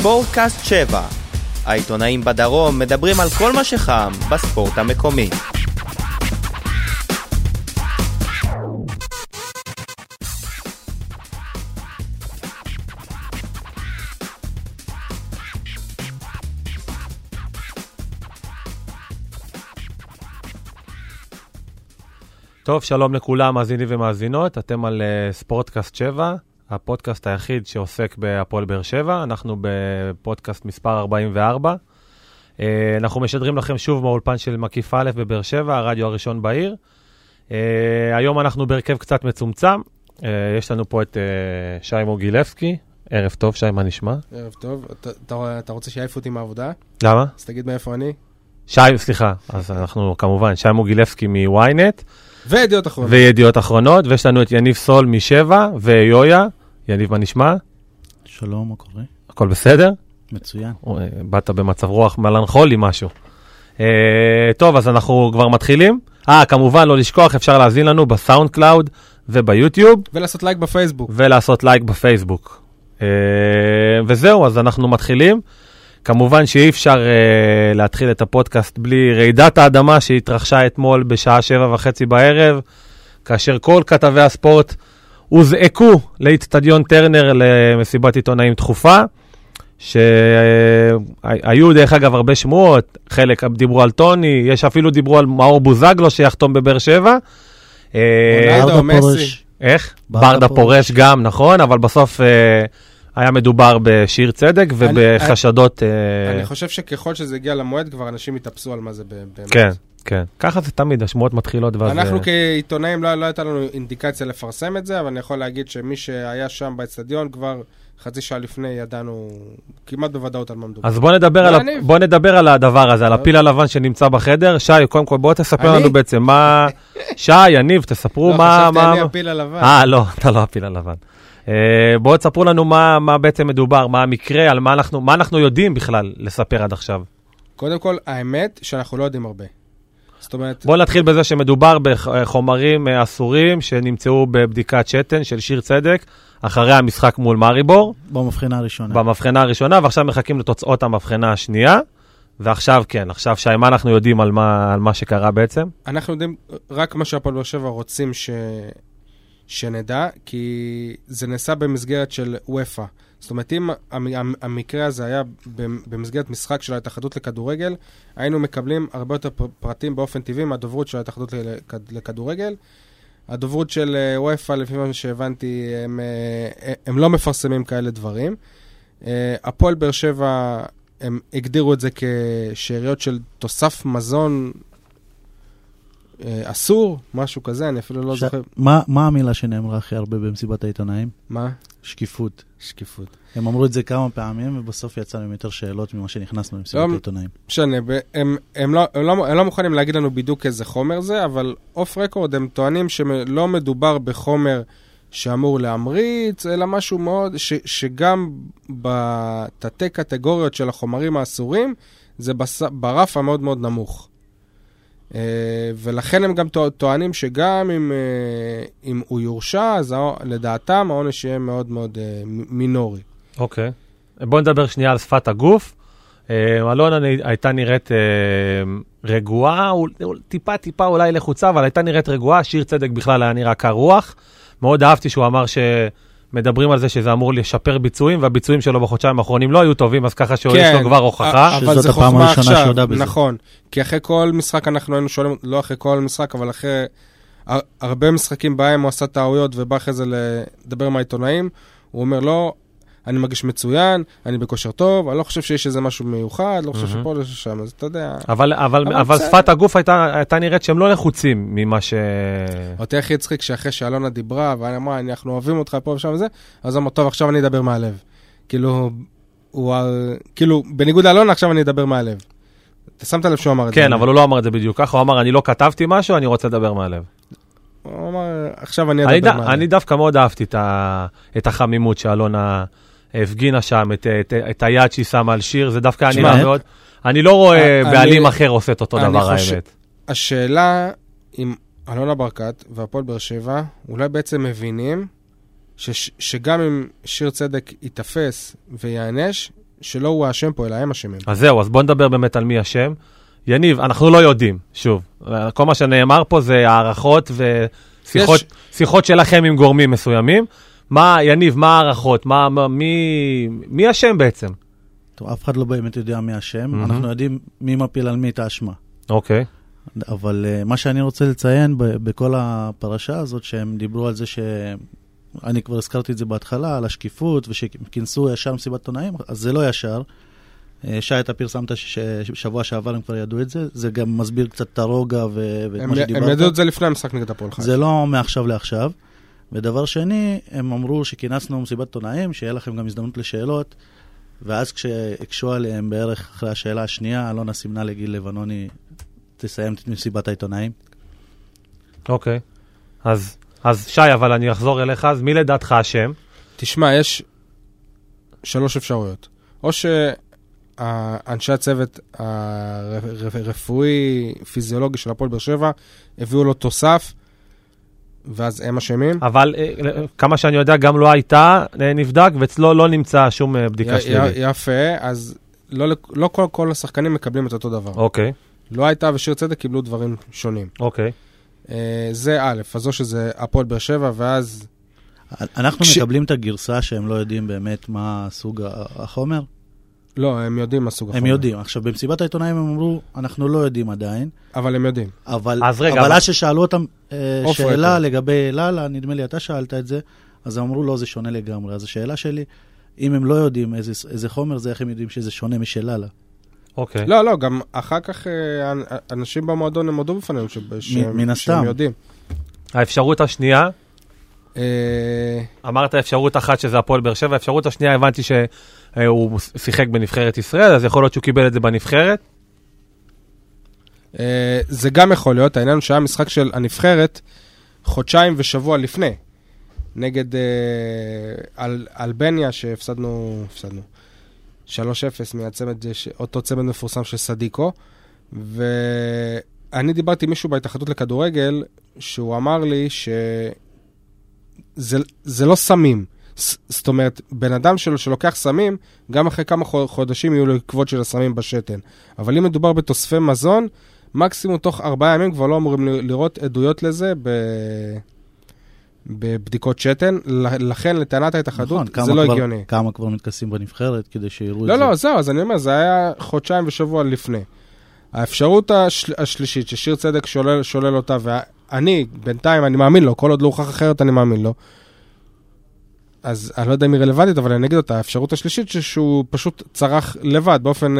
ספורטקאסט 7. העיתונאים בדרום מדברים על כל מה שחם בספורט המקומי. טוב, שלום לכולם, מאזינים ומאזינות. אתם על ספורטקאסט 7, הפודקאסט היחיד שעוסק בהפועל באר שבע. אנחנו בפודקאסט מספר 44. אנחנו משדרים לכם שוב מהאולפן של מקיף א' בבאר שבע, הרדיו הראשון בעיר. היום אנחנו בהרכב קצת מצומצם. יש לנו פה את שי מוגילבסקי. ערב טוב, שי, מה נשמע? ערב טוב. אתה רוצה שיעיף אותי מהעבודה? למה? אז תגיד מאיפה אני. שי, סליחה. אז אנחנו כמובן, שי מוגילבסקי מוויינט. וידיעות אחרונות. וידיעות אחרונות, ויש לנו את יניב סול משבע, ויויה. יניב, מה נשמע? שלום, מה קורה? הכל בסדר? מצוין. באת במצב רוח מלנכולי משהו. טוב, אז אנחנו כבר מתחילים. כמובן, לא לשכוח, אפשר להזין לנו בסאונד קלאוד וביוטיוב. ולעשות לייק בפייסבוק. וזהו, אז אנחנו מתחילים. כמובן שאי אפשר להתחיל את הפודקאסט בלי רעידת האדמה שהתרחשה אתמול בשעה 7:30 בערב, כאשר כל כתבי הספורט הוזעקו לאצטדיון טרנר למסיבת עיתונאים דחופה, שהיו דרך אגב הרבה שמועות, חלק דיברו על טוני, יש אפילו דיברו על מאור בוזגלו שיחתום בבאר שבע. רונלדו, מסי. איך? ברדה פורש גם, נכון, אבל בסוף היה מדובר בשיר צדק ובחשדות. אני חושב שככל שזה הגיע למועד, כבר אנשים יתאפסו על מה זה באמת. כן, כן. ככה זה תמיד, השמועות מתחילות. אנחנו כעיתונאים לא הייתה לנו אינדיקציה לפרסם את זה, אבל אני יכול להגיד שמי שהיה שם באצטדיון כבר חצי שעה לפני ידענו כמעט בוודאות על מה מדובר. אז בוא נדבר על הדבר הזה, על הפיל הלבן שנמצא בחדר. שי, קודם כל בוא תספר לנו בעצם מה... שי, יניב, תספרו מה... לא, חשבתי אני הפיל הלבן. לא, אתה לא הפיל הלבן. בואו תספרו לנו מה בעצם מדובר, מה המקרה, על מה אנחנו יודעים בכלל לספר עד עכשיו. קודם כל, האמת שאנחנו לא יודעים הרבה. זאת אומרת... בואו נתחיל בזה שמדובר בחומרים אסורים שנמצאו בבדיקת שתן של שיר צדק, אחרי המשחק מול מאריבור. במבחנה הראשונה, ועכשיו מחכים לתוצאות המבחנה השנייה. ועכשיו כן, עכשיו שי, מה אנחנו יודעים על מה שקרה בעצם? אנחנו יודעים רק מה שהפועל באר שבע רוצים שנדע, כי זה נעשה במסגרת של וופא. זאת אומרת, אם המקרה הזה היה במסגרת משחק של ההתאחדות לכדורגל, היינו מקבלים הרבה יותר פרטים באופן טבעי מהדוברות של ההתאחדות לכדורגל. הדוברות של וופא, לפי מה שהבנתי, הם לא מפרסמים כאלה דברים. הפועל באר שבע, הם הגדירו את זה כשאריות של תוסף מזון אסור, משהו כזה, אני אפילו לא זוכר. מה המילה שנאמרה הכי הרבה במסיבת העיתונאים? מה? שקיפות. שקיפות. הם אמרו את זה כמה פעמים, ובסוף יצאנו עם יותר שאלות ממה שנכנסנו במסיבת העיתונאים. משנה, הם לא מוכנים להגיד לנו בדיוק איזה חומר זה, אבל אוף רקורד הם טוענים שלא מדובר בחומר שאמור להמריץ, אלא משהו מאוד, שגם בתתי קטגוריות של החומרים האסורים, זה ברף המאוד מאוד נמוך. ולכן הם גם טוענים שגם אם הוא יורשע, אז לדעתם העונש יהיה מאוד מאוד מינורי. אוקיי. בואו נדבר שנייה על שפת הגוף. אלונה הייתה נראית רגועה, טיפה אולי לחוצה, אבל הייתה נראית רגועה, שיר צדק בכלל היה נראה קר רוח. מאוד אהבתי שהוא אמר שמדברים על זה שזה אמור לשפר ביצועים, והביצועים שלו בחודשיים האחרונים לא היו טובים, אז ככה שהוא יש לו כבר הוכחה. אבל זה חוכמה עכשיו, נכון. כי אחרי כל משחק אנחנו היינו שואלים, לא אחרי כל משחק, אבל אחרי הרבה משחקים בהם הוא עשה טעויות, ובא אחרי זה לדבר עם העיתונאים, הוא אומר לא, אני מרגיש מצוין, אני בכושר טוב, אני לא חושב שיש איזה משהו מיוחד, לא חושב שפה לא שם, אז אתה יודע. אבל שפת הגוף הייתה נראית שהם לא לחוצים ממה ש... אותי הכי הצחיק שאחרי שאלונה דיברה, ואני אמרה, אנחנו אוהבים אותך פה ושם וזה, אז אמר, טוב, עכשיו אני אדבר מהלב. כאילו, בניגוד לאלונה, עכשיו אני אדבר מהלב. אתה שמת לב שהוא אמר את זה? כן, אבל הוא לא אמר את זה בדיוק ככה, הוא אמר, אני לא כתבתי משהו, אני רוצה לדבר מהלב. הוא אמר, עכשיו אני אדבר מהלב. אני דווקא מאוד אהבתי את החמימות שאלונה הפגינה שם, את היד שהיא שמה על שיר, זה דווקא נראה מאוד. אני לא רואה בעלים אחר עושה את אותו דבר, האמת. השאלה אם אלונה ברקת והפועל באר שבע אולי בעצם מבינים שגם אם שיר צדק יתפס ויענש, שלא הוא האשם פה, אלא הם אשמים. אז זהו, אז בוא נדבר באמת על מי אשם. יניב, אנחנו לא יודעים, שוב. כל מה שנאמר פה זה הערכות ושיחות שלכם עם גורמים מסוימים. יניב, מה הערכות? מי אשם בעצם? טוב, אף אחד לא באמת יודע מי אשם. אנחנו יודעים מי מפיל על מי את האשמה. אוקיי. אבל מה שאני רוצה לציין בכל הפרשה הזאת, שהם דיברו על זה אני כבר הזכרתי את זה בהתחלה, על השקיפות, ושכינסו ישר מסיבת עיתונאים, אז זה לא ישר. שי, אתה פרסמת ששבוע שעבר הם כבר ידעו את זה, זה גם מסביר קצת את הרוגע ואת מה שדיברת. הם ידעו את זה לפני המשחק נגד הפועל חיפה. זה לא מעכשיו לעכשיו. ודבר שני, הם אמרו שכינסנו מסיבת עיתונאים, שיהיה לכם גם הזדמנות לשאלות, ואז כשהקשו עליהם בערך אחרי השאלה השנייה, אלונה סימנה לגיל לבנוני, תסיים את מסיבת העיתונאים. אוקיי. אז שי, אבל אני אחזור אליך, אז מי לדעתך אשם? תשמע, יש 3 אפשרויות. או שאנשי הצוות הרפואי, פיזיולוגי של הפועל באר שבע, הביאו לו תוסף, ואז הם אשמים. אבל כמה שאני יודע, גם לא הייתה נבדק, ואצלו לא נמצא שום בדיקה שלילית. יפה, אז לא כל השחקנים מקבלים את אותו דבר. אוקיי. לא הייתה ושיר צדק קיבלו דברים שונים. אוקיי. זה א', אז או שזה הפועל באר שבע, ואז... אנחנו מקבלים את הגרסה שהם לא יודעים באמת מה סוג החומר? לא, הם יודעים מה סוג החומר. הם יודעים. עכשיו, במסיבת העיתונאים הם אמרו, אנחנו לא יודעים עדיין. אבל הם יודעים. אבל אז ששאלו אותם שאלה לגבי ללה, נדמה לי אתה שאלת את זה, אז אמרו לא, זה שונה לגמרי. אז השאלה שלי, אם הם לא יודעים איזה חומר זה, איך הם יודעים שזה שונה משל ללה? אוקיי. לא, גם אחר כך אנשים במועדון הם הודו בפנינו שהם יודעים. האפשרות השנייה, אמרת אפשרות אחת שזה הפועל באר שבע, האפשרות השנייה הבנתי שהוא שיחק בנבחרת ישראל, אז יכול להיות שהוא קיבל את זה בנבחרת? זה גם יכול להיות, העניין שהיה משחק של הנבחרת חודשיים ושבוע לפני, נגד אלבניה שהפסדנו 3-0 מהצמד, אותו צמד מפורסם של סדיקו, ואני דיברתי עם מישהו בהתאחדות לכדורגל, שהוא אמר לי שזה לא סמים. זאת אומרת, בן אדם שלוקח סמים, גם אחרי כמה חודשים יהיו לו עקבות של הסמים בשתן. אבל אם מדובר בתוספי מזון, מקסימום תוך 4 ימים כבר לא אמורים לראות עדויות לזה בבדיקות שתן, לכן לטענת ההתאחדות זה לא הגיוני. כמה כבר מתכסים בנבחרת כדי שיראו את זה? לא, זהו, אז אני אומר, זה היה חודשיים ושבוע לפני. האפשרות השלישית, ששיר צדק שולל אותה, ואני, בינתיים, אני מאמין לו, כל עוד לא הוכח אחרת, אני מאמין לו. אז אני לא יודע אם היא רלוונטית, אבל אני אגיד אותה, האפשרות השלישית, שהוא פשוט צרח לבד, באופן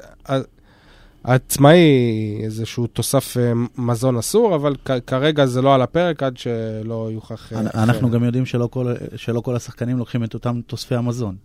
עצמאי, איזשהו תוסף מזון אסור, אבל כרגע זה לא על הפרק עד שלא יוכח. אנחנו גם יודעים שלא כל השחקנים לוקחים את אותם תוספי המזון.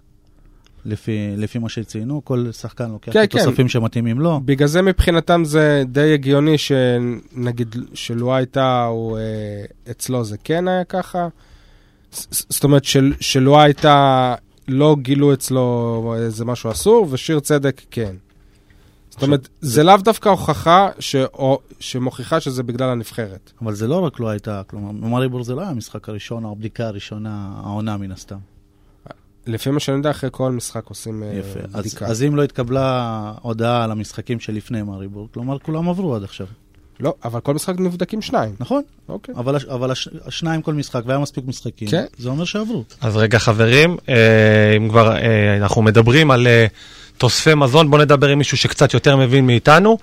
לפי מה שציינו, כל שחקן לוקח את תוספים שמתאימים לו. בגלל זה מבחינתם זה די הגיוני שנגיד שלא הייתה, או אצלו זה כן היה ככה. זאת אומרת שלא הייתה, לא גילו אצלו איזה משהו אסור, ושיר צדק כן. זאת אומרת, זה לאו דווקא הוכחה שמוכיחה שזה בגלל הנבחרת. אבל זה לא רק לא הייתה, כלומר, מאריבור זה לא היה המשחק הראשון, או הבדיקה הראשונה, העונה מן הסתם. לפי מה שאני יודע, אחרי כל משחק עושים בדיקה. אז אם לא התקבלה הודעה על המשחקים שלפני מאריבור, כלומר, כולם עברו עד עכשיו. לא, אבל כל משחק נבדקים 2. נכון, אוקיי. אבל 2 כל משחק, והיה מספיק משחקים, כן. זה אומר שעברו. אז רגע חברים, אם כבר אנחנו מדברים על תוספי מזון, בוא נדבר עם מישהו שקצת יותר מבין מאיתנו.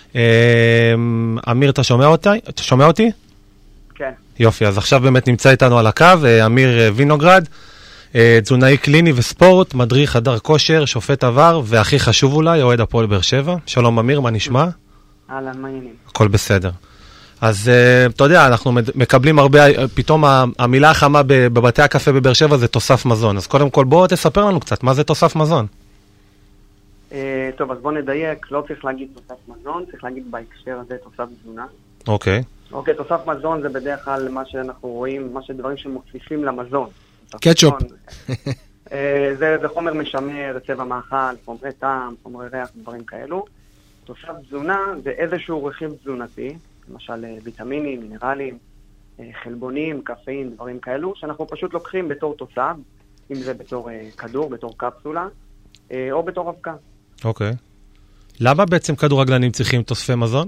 אמיר, אתה שומע אותי? כן. יופי, אז עכשיו באמת נמצא איתנו על הקו, אמיר וינוגרד, תזונאי קליני וספורט, מדריך חדר כושר, שופט עבר, והכי חשוב אולי, אוהד הפועל באר שבע. שלום אמיר, מה נשמע? אהלן, מה העניינים? הכל בסדר. אז אתה יודע, אנחנו מקבלים הרבה, פתאום המילה החמה בבתי הקפה בבאר שבע זה תוסף מזון. אז קודם כל בוא תספר לנו קצת, מה זה תוסף מזון? טוב, אז בוא נדייק, לא צריך להגיד תוסף מזון, צריך להגיד בהקשר הזה תוסף תזונה. אוקיי. אוקיי, תוסף מזון זה בדרך כלל מה שאנחנו רואים, מה שדברים שמוסיפים למזון. קטשופ. זה חומר משמר, צבע מאכל, חומרי טעם, חומרי ריח, דברים כאלו. תוסף תזונה זה איזשהו רכיב תזונתי, למשל ויטמינים, מינרלים, חלבונים, קפאין, דברים כאלו, שאנחנו פשוט לוקחים בתור תוסף, אם זה בתור כדור, בתור קפסולה, או בתור אבקה. אוקיי. למה בעצם כדורגלנים צריכים תוספי מזון?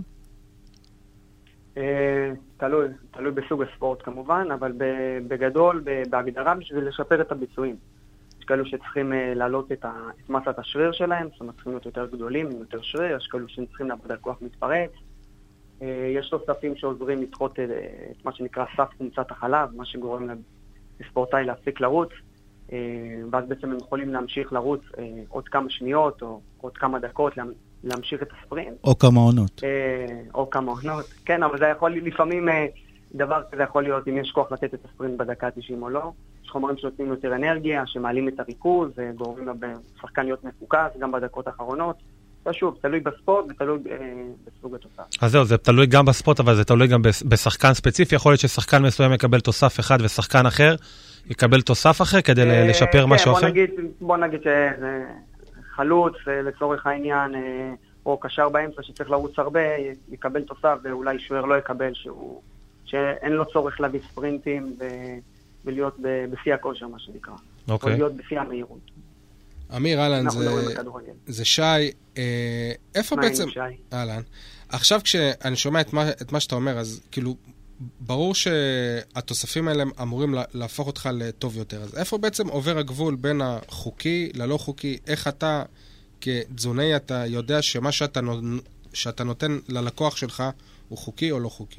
תלוי בסוג הספורט כמובן, אבל בגדול, בהגדרה בשביל לשפר את הביצועים. יש כאלו שצריכים להעלות את מסת השריר שלהם, זאת אומרת צריכים להיות יותר גדולים, יותר שריר, יש כאלו שצריכים לעבוד על כוח מתפרץ. יש תוספים שעוזרים לדחות את מה שנקרא סף חומצת החלב, מה שגורם לספורטאי להפסיק לרוץ, ואז בעצם הם יכולים להמשיך לרוץ עוד כמה שניות או עוד כמה דקות, להמשיך את הספרינט. או כמה עונות. או כמה עונות, כן, אבל זה יכול לפעמים, דבר כזה יכול להיות אם יש כוח לתת את הספרינט בדקה 90 או לא. יש חומרים שנותנים יותר אנרגיה, שמעלים את הריכוז, וגורמים לשחקן להיות מפוקס גם בדקות האחרונות. שוב, תלוי בספורט ותלוי בסוג התוסף. אז זהו, זה תלוי גם בספורט, אבל זה תלוי גם בשחקן ספציפי. יכול להיות ששחקן מסוים יקבל תוסף אחד ושחקן אחר יקבל תוסף אחר כדי לשפר משהו אחר? בוא נגיד שחלוץ לצורך העניין, או קשר באמצע שצריך לרוץ הרבה, יקבל תוסף ואולי שוער לא יקבל, שאין לו צורך להביא ספרינטים ולהיות בשיא הכושר, מה שנקרא. או להיות בשיא המהירות. אמיר, אהלן, זה שי. איפה בעצם... אהלן. עכשיו כשאני שומע את מה שאתה אומר, אז כאילו, ברור שהתוספים האלה אמורים להפוך אותך לטוב יותר. אז איפה בעצם עובר הגבול בין החוקי ללא חוקי? איך אתה, כתזונאי, אתה יודע שמה שאתה נותן ללקוח שלך הוא חוקי או לא חוקי?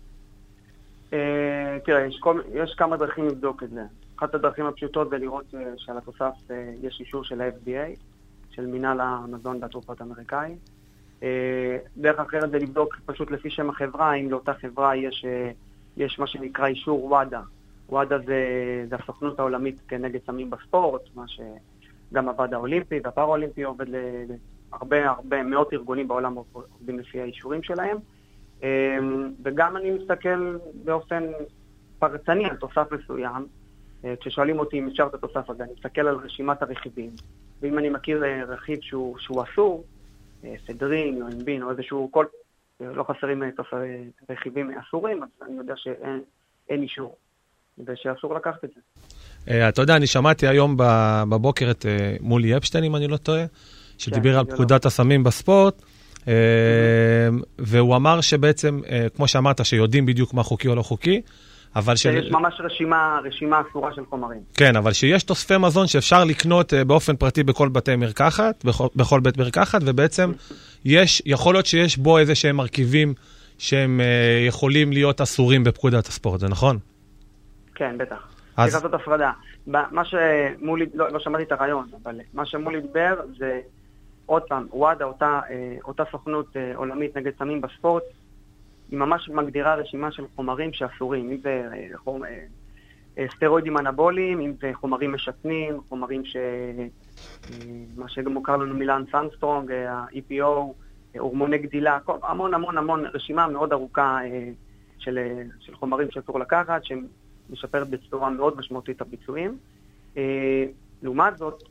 תראה, יש כמה דרכים לבדוק את זה. אחת הדרכים הפשוטות זה לראות שעל התוסף יש אישור של ה-FDA, של מינהל המזון והתרופות האמריקאי. דרך אחרת זה לבדוק פשוט לפי שם החברה, אם לאותה חברה יש מה שנקרא אישור וואדה. וואדה זה הסוכנות העולמית כנגד סמים בספורט, מה שגם הוועד האולימפי והפאראולימפי עובד הרבה מאות ארגונים בעולם עובדים לפי האישורים שלהם. וגם אני מסתכל באופן פרצני על תוסף מסוים, כששואלים אותי אם אפשר את התוסף הזה, אני מסתכל על רשימת הרכיבים, ואם אני מכיר רכיב שהוא אסור, סדרין או אנבין או איזשהו, לא חסרים רכיבים אסורים, אז אני יודע שאין אישור, ושאסור לקחת את זה. אתה יודע, אני שמעתי היום בבוקר את מולי אפשטיין, אם אני לא טועה, שדיבר על פקודת הסמים בספורט, והוא אמר שבעצם, כמו שאמרת, שיודעים בדיוק מה חוקי או לא חוקי, אבל יש ממש רשימה אסורה של חומרים. כן, אבל שיש תוספי מזון שאפשר לקנות באופן פרטי בכל בתי מרקחת, בכל בית מרקחת, ובעצם יכול להיות שיש בו איזה שהם מרכיבים שהם יכולים להיות אסורים בפקודת הספורט, זה נכון? כן, בטח. צריך לעשות הפרדה. מה שמולי, לא שמעתי את הרעיון, אבל מה שמולי דיבר זה עוד פעם, וואדה, אותה סוכנות עולמית נגד סמים בספורט, היא ממש מגדירה רשימה של חומרים שאסורים, אם זה סטרואידים אנבוליים, אם זה חומרים משתנים, חומרים מה שגם מוכר לנו מילן סנסטרונג, ה-EPO, הורמוני גדילה, המון רשימה מאוד ארוכה של חומרים שאסור לקחת, שמשפרת בצורה מאוד משמעותית הביצועים. לעומת זאת,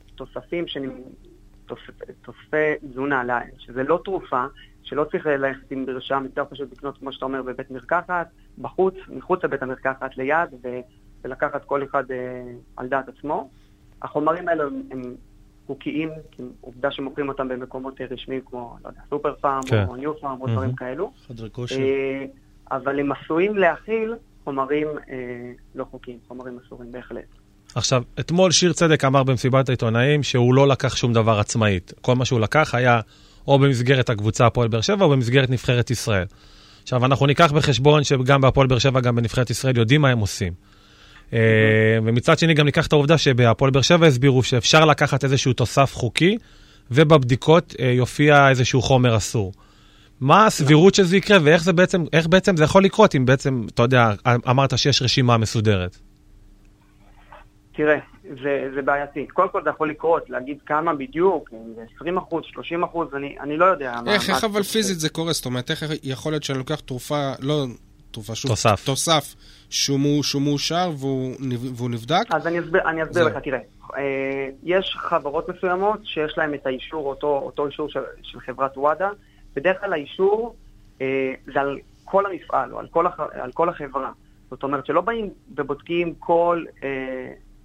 תוספי תזונה, שזה לא תרופה, שלא צריך ללכת עם ברשם, יותר פשוט לקנות, כמו שאתה אומר, בבית מרקחת, בחוץ, מחוץ לבית המרקחת, ליד, ולקחת כל אחד על דעת עצמו. החומרים האלה הם חוקיים, כי עובדה שמוכרים אותם במקומות רשמיים, כמו, לא יודע, סופר פארם, או ניו פארם, או דברים כאלו. אבל הם עשויים להכיל חומרים לא חוקיים, חומרים אסורים בהחלט. עכשיו, אתמול שיר צדק אמר במסיבת העיתונאים שהוא לא לקח שום דבר עצמאית. כל מה שהוא לקח היה או במסגרת הקבוצה הפועל באר שבע או במסגרת נבחרת ישראל. עכשיו, אנחנו ניקח בחשבון שגם בהפועל באר שבע, גם בנבחרת ישראל, יודעים מה הם עושים. ומצד שני גם ניקח את העובדה שבהפועל באר שבע הסבירו שאפשר לקחת איזשהו תוסף חוקי, ובבדיקות יופיע איזשהו חומר אסור. מה הסבירות שזה יקרה, ואיך בעצם זה יכול לקרות, אם בעצם, אתה יודע, אמרת שיש רשימה מסודרת. תראה, זה בעייתי. קודם כל זה יכול לקרות, להגיד כמה בדיוק, 20%, 30%, אני לא יודע. איך אבל פיזית זה קורה? זאת אומרת, איך יכול להיות שאני לוקח תרופה, לא תרופה, שוב, תוסף, שהוא מאושר והוא נבדק? אז אני אסביר לך, תראה. יש חברות מסוימות שיש להם את האישור, אותו אישור של חברת וואדה. בדרך כלל האישור זה על כל המפעל או על כל החברה. זאת אומרת שלא באים ובודקים כל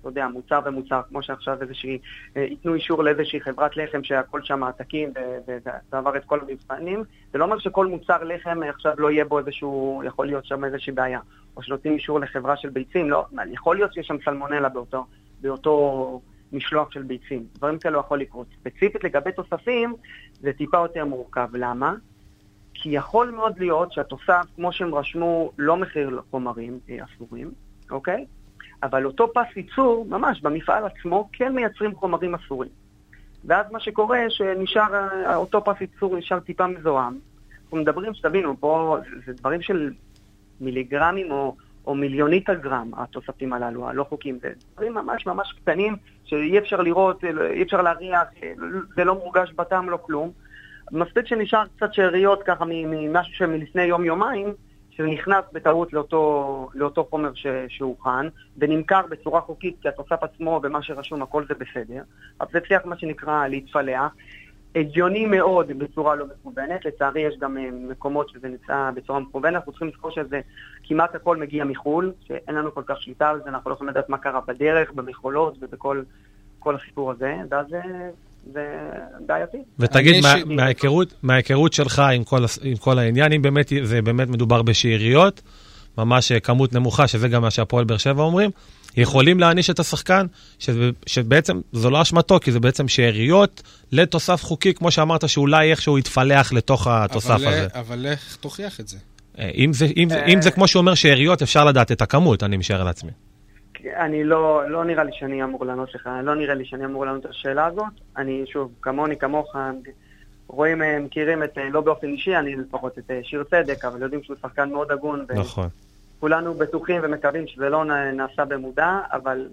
אתה יודע, מוצר ומוצר, כמו שעכשיו ייתנו אישור לאיזושהי חברת לחם שהכל שם העתקים ועבר את כל המבחנים, זה לא אומר שכל מוצר לחם עכשיו לא יהיה בו יכול להיות שם איזושהי בעיה, או שנותנים אישור לחברה של ביצים, לא, יכול להיות שיש שם סלמונלה באותו משלוח של ביצים, דברים כאלו יכול לקרות. ספציפית לגבי תוספים, זה טיפה יותר מורכב, למה? כי יכול מאוד להיות שהתוסף, כמו שהם רשמו, לא מחיר לחומרים אסורים, אוקיי? אבל אותו פס ייצור, ממש במפעל עצמו, כן מייצרים חומרים אסורים. ואז מה שקורה, שנשאר, אותו פס ייצור נשאר טיפה מזוהם. אנחנו מדברים, שתבינו, פה זה דברים של מיליגרמים או מיליונית הגרם, התוספים הללו, הלא חוקים. זה דברים ממש ממש קטנים, שאי אפשר לראות, אי אפשר להריח, זה לא מורגש בטעם, לא כלום. מספיק שנשאר קצת שאריות ככה ממשהו שמלפני יום-יומיים, שזה נכנס בטעות לאותו חומר שהוכן, ונמכר בצורה חוקית, כי התוסף עצמו ומה שרשום, הכל זה בסדר. אז זה צריך מה שנקרא להתפלח. הגיוני מאוד בצורה לא מכוונת, לצערי יש גם מקומות שזה נמצא בצורה מכוונת, אנחנו צריכים לזכור שזה כמעט הכל מגיע מחול, שאין לנו כל כך שליטה על זה, אנחנו לא יכולים לדעת מה קרה בדרך, במכולות ובכל הסיפור הזה, ואז זה בעייתי. ותגיד, מההיכרות שלך עם כל העניין, אם באמת, זה באמת מדובר בשאריות, ממש כמות נמוכה, שזה גם מה שהפועל באר שבע אומרים, יכולים להעניש את השחקן, שבעצם זו לא אשמתו, כי זה בעצם שאריות לתוסף חוקי, כמו שאמרת, שאולי איכשהו יתפלח לתוך התוסף הזה. אבל איך תוכיח את זה? אם זה כמו שאומר שאריות, אפשר לדעת את הכמות, אני משער על עצמי. אני לא נראה לי שאני אמור לענות לך, לא נראה לי שאני אמור לענות את השאלה הזאת. אני שוב, כמוך, רואים, מכירים לא באופן אישי, אני לפחות את שיר צדק, אבל יודעים שהוא שחקן מאוד הגון. נכון. כולנו בטוחים ומקווים שזה לא נעשה במודע, אבל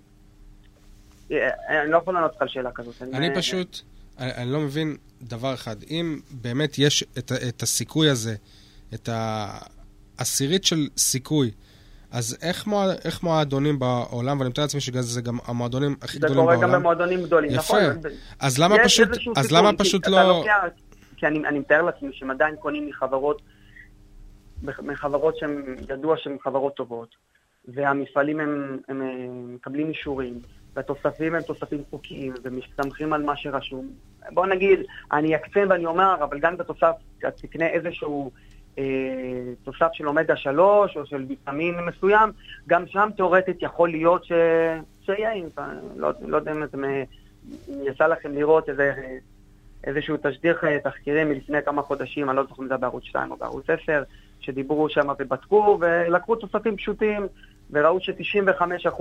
אני לא יכול לענות לך על שאלה כזאת. אני לא מבין דבר אחד. אם באמת יש את הסיכוי הזה, את העשירית של סיכוי, אז איך מועדונים בעולם, ואני מתאר לעצמי שזה גם המועדונים הכי גדולים בעולם. זה קורה גם במועדונים גדולים, נכון. יפה. אז למה פשוט לא... כי אני מתאר לעצמי שהם עדיין קונים מחברות שהן ידוע שהן חברות טובות, והמפעלים הם מקבלים אישורים, והתוספים הם תוספים חוקיים, ומסתמכים על מה שרשום. בוא נגיד, אני אקצן ואני אומר, אבל גם בתוסף, תקנה איזשהו תוסף של אומגה 3 או של ויטמין מסוים, גם שם תיאורטית יכול להיות שיהיה, לא יודע אם יצא לכם לראות איזשהו תשדיר תחקירים מלפני כמה חודשים, אני לא זוכר אם זה בערוץ 2 או בערוץ 10, שדיברו שם ובדקו ולקחו תוספים פשוטים, וראו ש95%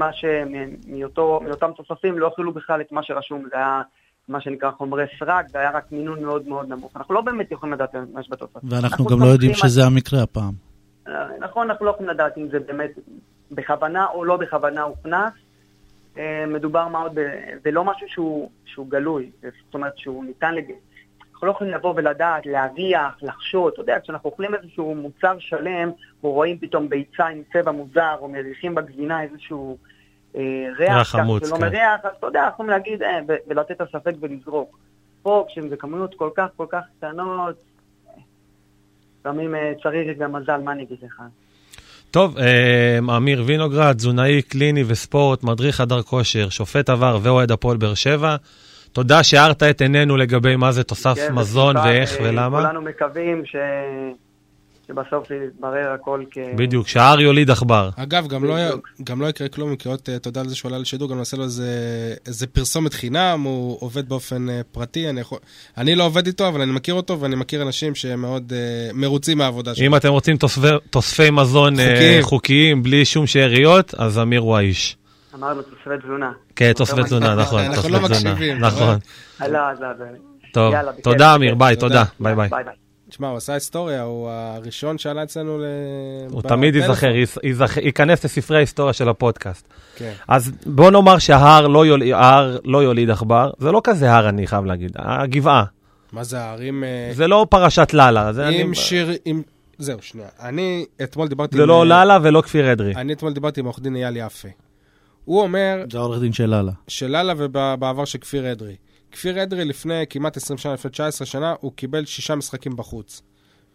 מאותם תוספים לא אכלו בכלל את מה שרשום, זה היה מה שנקרא חומרי סרק, זה היה רק מינון מאוד מאוד נמוך. אנחנו לא באמת יכולים לדעת מה יש בתוסף. ואנחנו גם לא יודעים שזה המקרה הפעם. נכון, אנחנו לא יכולים לדעת אם זה באמת בכוונה או לא בכוונה הוכנס. מדובר מאוד, זה לא משהו שהוא גלוי, זאת אומרת שהוא ניתן אנחנו לא יכולים לבוא ולדעת, להריח, לחשוד, אתה יודע, כשאנחנו אוכלים איזשהו מוצר שלם, או רואים פתאום ביצה עם צבע מוזר, או מריחים בגבינה איזשהו ריח חמוץ, שלא מריח, אז אתה יודע, אנחנו יכולים להגיד, ולתת את הספק ולזרוק. פה, כשזה כמויות כל כך קטנות, לפעמים צריך גם מזל, מה נגיד לך? טוב, אמיר וינוגרד, תזונאי קליני וספורט, מדריך חדר כושר, שופט עבר ואוהד הפועל באר שבע. תודה שהארת את עינינו לגבי מה זה תוסף מזון ואיך ולמה. כולנו מקווים שבסוף יתברר הכל בדיוק, שהאר יוליד עכבר. אגב, גם לא יקרה כלום, כי עוד תודה על זה שהוא עלה לשידור, גם נעשה לו איזה פרסומת חינם, הוא עובד באופן פרטי, אני לא עובד איתו, אבל אני מכיר אותו, ואני מכיר אנשים שהם מאוד מרוצים מהעבודה שלו. אם אתם רוצים תוספי מזון חוקיים, בלי שום שאריות, אז אמיר הוא האיש. אמרנו תוספי תזונה. כן, תוספי תזונה, נכון. אנחנו לא מקשיבים. נכון. לא. טוב, תודה אמיר, ביי, תודה. ביי ביי. תשמע, הוא עשה היסטוריה, הוא הראשון שעלה אצלנו הוא תמיד ייכנס לספרי ההיסטוריה של הפודקאסט. אז בוא נאמר שההר לא יוליד עכבר, זה לא כזה הר, אני חייב להגיד, הגבעה. מה זה ההרים? זה לא פרשת ללה. זהו, שנייה. אני אתמול דיברתי... זה לא ללה ולא כפיר אדרי. אני אתמול דיברתי עם עורך דין אייל יפה. הוא אומר... זה עורך דין של ללה. של ללה ובעבר של כפיר אדרי. כפיר אדרי לפני כמעט 20 שנה, לפני 19 שנה, הוא קיבל 6 משחקים בחוץ.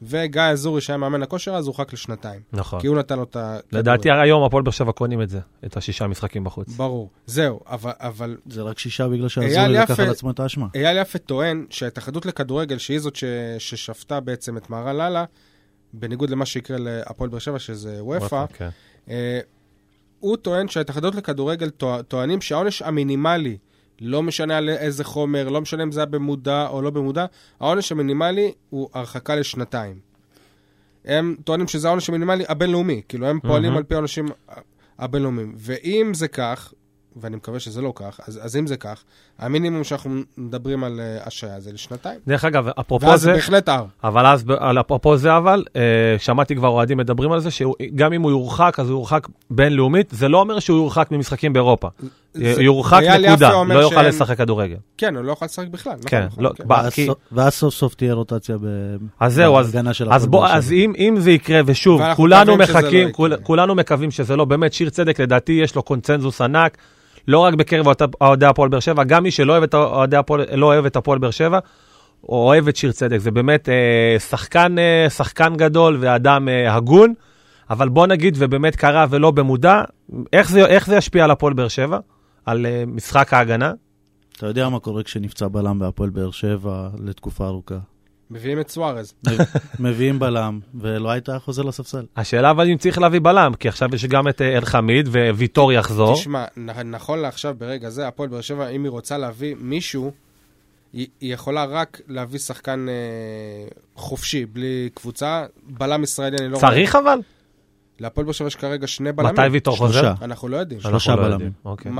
וגיא אזורי שהיה מאמן הכושר, אז הורחק לשנתיים. נכון. כי הוא נתן לו את הכדורגל. לדעתי היום הפועל באר שבע קונים את זה, את 6 משחקים בחוץ. ברור. זהו, אבל... זה רק 6 בגלל שאזורי לקח על עצמו את האשמה. אייל יפה טוען שההתאחדות לכדורגל, שהיא זאת ששפטה בעצם את מהרן לאללה, בניגוד למה שיקרה להפועל באר שבע, שזה וופא, הוא טוען שההתאחדות לכדורגל טוענים שהעונש המינימלי, לא משנה על איזה חומר, לא משנה אם זה היה במודע או לא במודע, העונש המינימלי הוא הרחקה לשנתיים. הם טוענים שזה העונש המינימלי הבינלאומי, כאילו הם פועלים על פי העונשים הבינלאומיים. ואם זה כך, ואני מקווה שזה לא כך, אז אם זה כך, המינימום שאנחנו מדברים על השעיה זה לשנתיים. דרך אגב, אפרופו ואז זה... זה בהחלט אבל אז, אפרופו זה שמעתי כבר אוהדים מדברים על זה, שגם אם הוא יורחק, אז הוא יורחק בינלאומית, זה לא אומר שהוא יורחק ממשחקים באירופה. יורחק נקודה, לא יוכל לשחק כדורגל. כן, הוא לא יוכל לשחק בכלל. כן, ואז סוף סוף תהיה רוטציה בהגנה של הפועל באר שבע. אז אם זה יקרה, ושוב, כולנו מחכים, כולנו מקווים שזה לא, באמת שיר צדק, לדעתי יש לו קונצנזוס ענק, לא רק בקרב אוהדי הפועל באר שבע, גם מי שלא אוהב את הפועל באר שבע, אוהב את שיר צדק. זה באמת שחקן גדול ואדם הגון, אבל בוא נגיד, ובאמת קרה ולא במודע, איך זה ישפיע על הפועל באר שבע? על משחק ההגנה? אתה יודע מה קורה כשנפצע בלם בהפועל באר שבע לתקופה ארוכה? מביאים את סוארז. מביאים בלם, ולא הייתה חוזר לספסל. השאלה אבל אם צריך להביא בלם, כי עכשיו יש גם את אל חמיד, וויטור יחזור. תשמע, נכון לעכשיו ברגע זה, הפועל באר שבע, אם היא רוצה להביא מישהו, היא יכולה רק להביא שחקן חופשי, בלי קבוצה. בלם ישראלי אני לא רואה. צריך אבל? להפועל באר שבע יש כרגע 2 בלמים. מתי ויטור חוזר? אנחנו לא יודעים. 3 בלמים.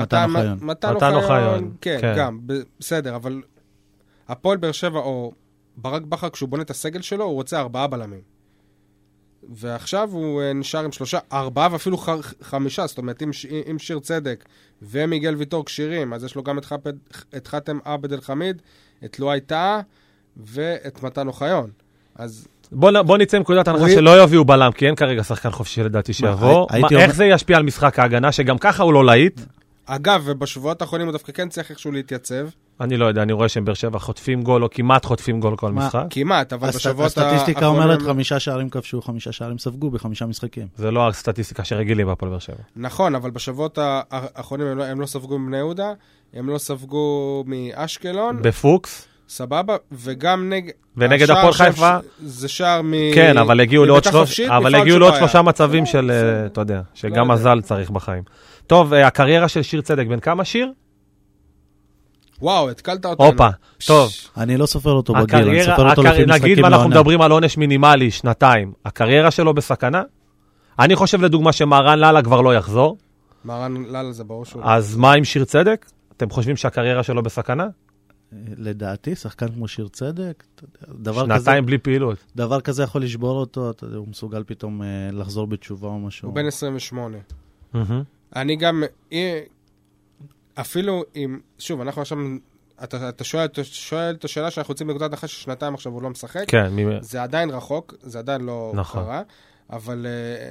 מתן אוחיון. כן, גם. בסדר, אבל הפועל באר שבע או ברק בכר, כשהוא בונה את הסגל שלו, הוא רוצה 4 בלמים. ועכשיו הוא נשאר עם 3, 4 ואפילו 5, זאת אומרת, עם שיר צדק ומיגל ויטור קשירים, אז יש לו גם את חתם עבד אל חמיד, את לואי טאה ואת מתן אוחיון. אז... בוא נצא עם נקודת הנחה שלא יביאו בלם, כי אין כרגע שחקן חופשי לדעתי שיבוא. איך זה ישפיע על משחק ההגנה, שגם ככה הוא לא להיט? אגב, ובשבועות האחרונים הוא דווקא כן צריך איכשהו להתייצב. אני לא יודע, אני רואה שהם באר שבע חוטפים גול, או כמעט חוטפים גול כל משחק. כמעט, אבל בשבועות האחרונים... הסטטיסטיקה אומרת 5 שערים כבשו, 5 שערים ספגו ב5 משחקים. זה לא הסטטיסטיקה שרגילים בהפועל באר שבע. נכון, אבל בשבועות האחרונים הם לא ספגו מבני יהודה, הם לא ספגו מאשקלון. בפוקס. סבבה, וגם ונגד הפועל חיפה. זה שער כן, אבל הגיעו לעוד 3 מצבים של, אתה יודע, שגם מזל צריך בחיים. טוב, הקריירה של שיר צדק, בין כמה שיר? וואו, התקלת אותנו. אופה, טוב. אני לא סופר אותו בגיל, אני סופר אותו לפי משחקים לעונה. נגיד ואנחנו מדברים על עונש מינימלי, 2. הקריירה שלו בסכנה? אני חושב לדוגמה שמהרן לאללה כבר לא יחזור. מהרן לאללה זה ברור שהוא... אז מה עם שיר צדק? אתם חושבים שהקריירה שלו בסכנה? לדעתי, שחקן כמו שיר צדק, 2 בלי פעילות. דבר כזה יכול לשבור אותו, הוא מסוגל פתאום לחזור בתשובה או משהו. הוא בן 28. אני גם, אפילו אם, שוב, אנחנו עכשיו, אתה שואל את השאלה שאנחנו יוצאים נקודת הנחה ששנתיים עכשיו הוא לא משחק. כן. זה עדיין רחוק, זה עדיין לא קרה, אבל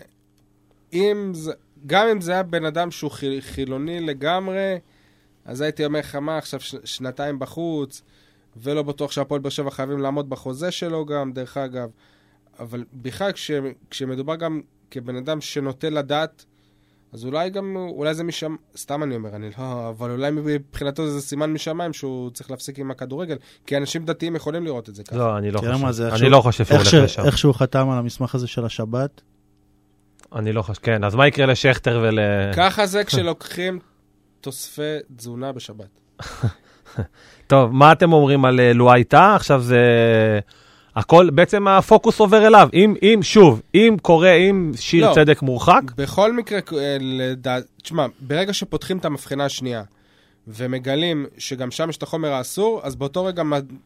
גם אם זה היה בן אדם שהוא חילוני לגמרי, אז הייתי אומר לך מה, עכשיו 2 בחוץ, ולא בטוח שהפועל באר שבע חייבים לעמוד בחוזה שלו גם, דרך אגב. אבל בכלל, כשמדובר גם כבן אדם שנוטה לדעת, אז אולי זה משם, סתם אני אומר, אבל אולי מבחינתו זה סימן משמיים שהוא צריך להפסיק עם הכדורגל, כי אנשים דתיים יכולים לראות את זה ככה. לא, אני לא חושב שהוא הולך לשם. איך שהוא חתם על המסמך הזה של השבת? אני לא חושב, כן, אז מה יקרה לשכטר ככה זה כשלוקחים תוספי תזונה בשבת. טוב, מה אתם אומרים על לואי טאה? עכשיו זה... הכל, בעצם הפוקוס עובר אליו. אם קורה, אם שיר צדק מורחק? בכל מקרה, תשמע, ברגע שפותחים את המבחינה השנייה, ומגלים שגם שם יש את החומר האסור, אז באותו רגע